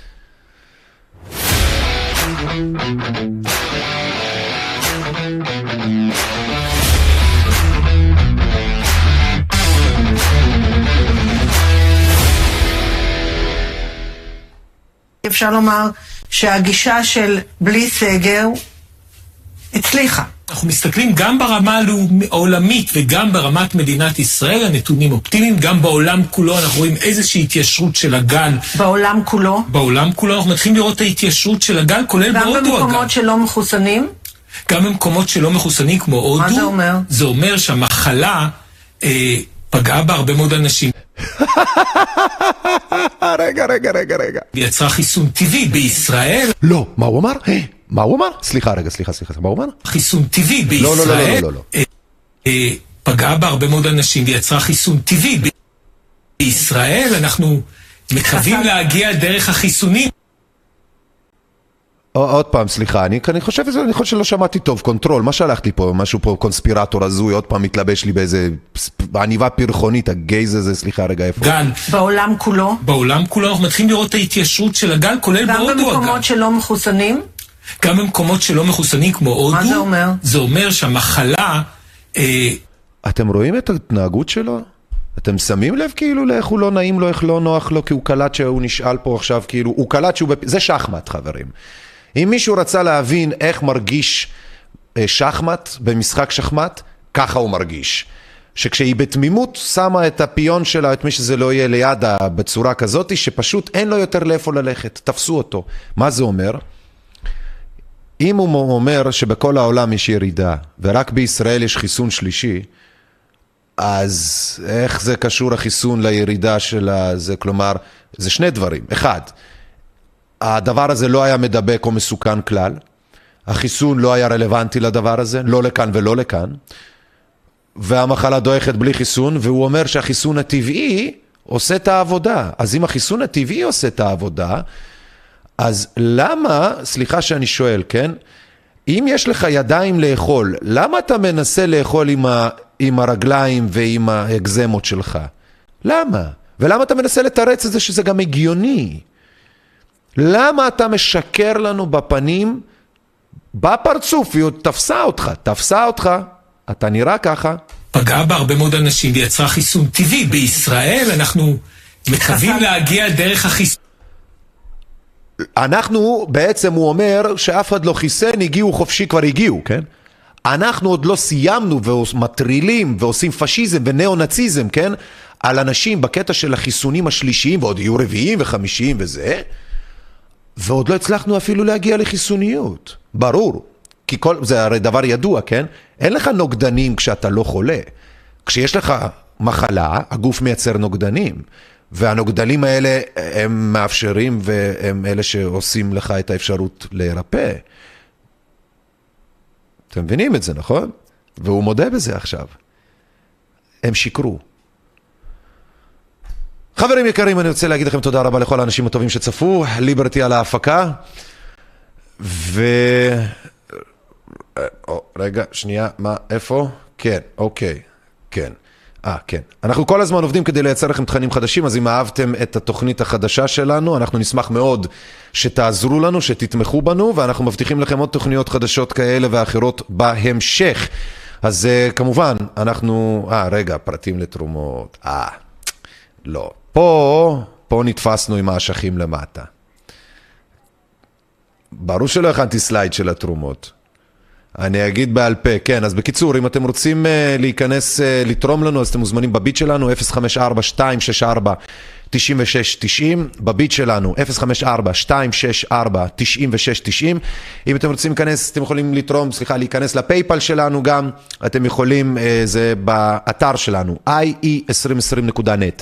אפשר לומר שהגישה של בלי סגר הצליחה.
אנחנו מסתכלים גם ברמה העולמית וגם ברמת מדינת ישראל, הנתונים אופטימיים, גם בעולם כולו אנחנו רואים איזושהי התיישרות של הגל.
בעולם כולו?
בעולם כולו אנחנו מתחילים לראות את ההתיישרות של הגל, כולל בהודו הגל.
גם במקומות שלא מחוסנים?
גם במקומות שלא מחוסנים כמו הודו.
מה זה אומר?
זה אומר שהמחלה פגעה בהרבה מאוד אנשים.
רגע.
ויצרה חיסון טבעי בישראל.
לא, מה הוא אמר? מה הוא אמר? סליחה, מה הוא אמר?
חיסון טבעי בישראל.
לא.
פגעה בהרבה מאוד אנשים ויצרה חיסון טבעי בישראל. אנחנו מקווים להגיע דרך החיסונים.
עוד פעם, סליחה, אני חושב שלא שמעתי טוב, קונטרול, מה שלחת לי פה? משהו פה קונספירטור הזוי, עוד פעם מתלבש לי באיזה עניבה פרחונית, הגייז הזה, סליחה רגע, איפה?
גל.
בעולם כולו?
בעולם כולו אנחנו מתחילים לראות את ההתיישרות של הגל, כולל בהודו הגל.
גם במקומות שלא מחוסנים?
גם במקומות שלא מחוסנים כמו הודו.
מה זה אומר?
זה אומר שהמחלה...
אתם רואים את ההתנהגות שלו? אתם שמים לב כאילו לאיך הוא לא נעים לו, איך לא נוח לו, כי הוא קלט שהוא נשאל פה עכשיו, כאילו, הוא קלט שהוא... זה שחמט, חברים. אם מישהו רצה להבין איך מרגיש שחמט במשחק שחמט, ככה הוא מרגיש. שכשהיא בתמימות שמה את הפיון שלה, את מי שזה לא יהיה לידה בצורה כזאת, שפשוט אין לו יותר לאיפה ללכת, תפסו אותו. מה זה אומר? אם הוא אומר שבכל העולם יש ירידה, ורק בישראל יש חיסון שלישי, אז איך זה קשור החיסון לירידה של זה? כלומר, זה שני דברים. אחד, הדבר הזה לא היה מדבק או מסוכן כלל, החיסון לא היה רלוונטי לדבר הזה, לא לכאן ולא לכאן, והמחלה דועכת בלי חיסון, והוא אומר שהחיסון הטבעי עושה את העבודה. אז אם החיסון הטבעי עושה את העבודה, אז למה, סליחה שאני שואל, כן? אם יש לך ידיים לאכול, למה אתה מנסה לאכול עם הרגליים ועם האקזמות שלך? למה? ולמה אתה מנסה לתרץ את זה שזה גם הגיוני? למה אתה משקר לנו בפנים, בפרצוף, היא תפסה אותך, אתה נראה ככה.
פגעה בהרבה מאוד אנשים ויצרה חיסון טבעי. בישראל אנחנו מקווים להגיע דרך החיסון.
אנחנו, בעצם הוא אומר שאף אחד לא חיסן, הגיעו חופשי, כבר הגיעו, כן? אנחנו עוד לא סיימנו ומטרילים ועושים פשיזם ונאו-נאציזם, כן? על אנשים בקטע של החיסונים השלישיים, ועוד יהיו רביעיים וחמישיים וזה, ועוד לא הצלחנו אפילו להגיע לחיסוניות. ברור. כי זה הרי דבר ידוע, כן? אין לך נוגדנים כשאתה לא חולה. כשיש לך מחלה, הגוף מייצר נוגדנים. והנוגדנים האלה הם מאפשרים והם אלה שעושים לך את האפשרות להירפא. אתם מבינים את זה, נכון? והוא מודה בזה עכשיו. הם שיקרו. חברים יקרים, אני רוצה להגיד לכם תודה רבה לכל האנשים הטובים שצפו, ליברטי על ההפקה, רגע, שנייה, מה, איפה? כן, אוקיי, כן. כן. אנחנו כל הזמן עובדים כדי לייצר לכם תכנים חדשים, אז אם אהבתם את התוכנית החדשה שלנו, אנחנו נשמח מאוד שתעזרו לנו, שתתמכו בנו, ואנחנו מבטיחים לכם עוד תוכניות חדשות כאלה ואחרות בהמשך. אז כמובן, אנחנו... רגע, פרטים לתרומות. לא. פה נתפסנו עם האשכים למטה. ברור שלא הכנתי סלייד של התרומות. אני אגיד בעל פה, כן, אז בקיצור, אם אתם רוצים להיכנס, לתרום לנו, אז אתם מוזמנים בביט שלנו, 054-264-9690, בביט שלנו, 054-264-9690, אם אתם רוצים להיכנס, אתם יכולים לתרום, להיכנס לפייפל שלנו גם, אתם יכולים, זה באתר שלנו, ie2020.net.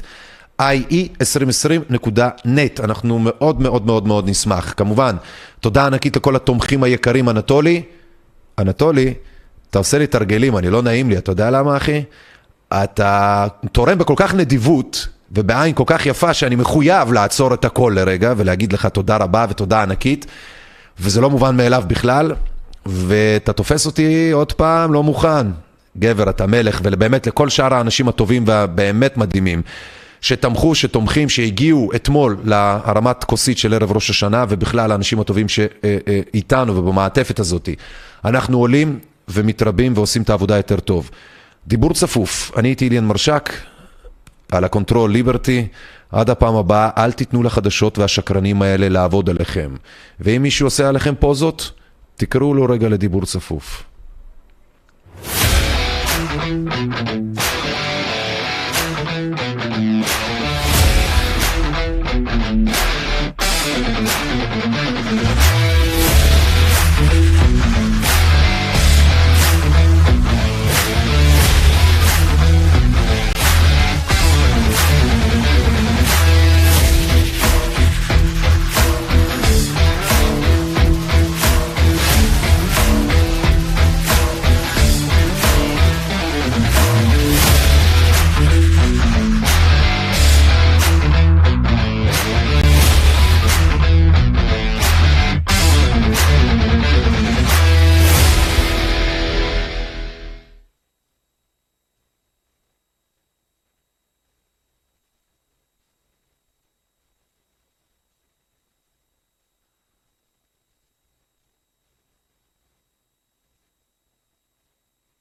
ie2020.net, אנחנו מאוד מאוד מאוד מאוד נשמח. כמובן, תודה ענקית לכל התומכים היקרים. אנטולי, אתה עושה לי תרגלים, אני לא נעים לי, אתה יודע למה אחי? אתה תורם בכל כך נדיבות ובעין כל כך יפה שאני מחויב לעצור את הכל לרגע ולהגיד לך תודה רבה ותודה ענקית, וזה לא מובן מאליו בכלל, ואתה תופס אותי עוד פעם לא מוכן. גבר, אתה מלך, ובאמת לכל שאר האנשים הטובים והבאמת מדהימים שתמכו, שתומכים, שהגיעו אתמול להרמת כוסית של ערב ראש השנה, ובכלל האנשים הטובים שאיתנו ובמעטפת הזאת. אנחנו עולים ומתרבים ועושים את העבודה יותר טוב. דיבור צפוף, אני הייתי איליאן מרשק, על הקונטרול ליברטי. עד הפעם הבאה, אל תיתנו לחדשות והשקרנים האלה לעבוד עליכם. ואם מישהו עושה עליכם פוזות, תקראו לו רגע לדיבור צפוף.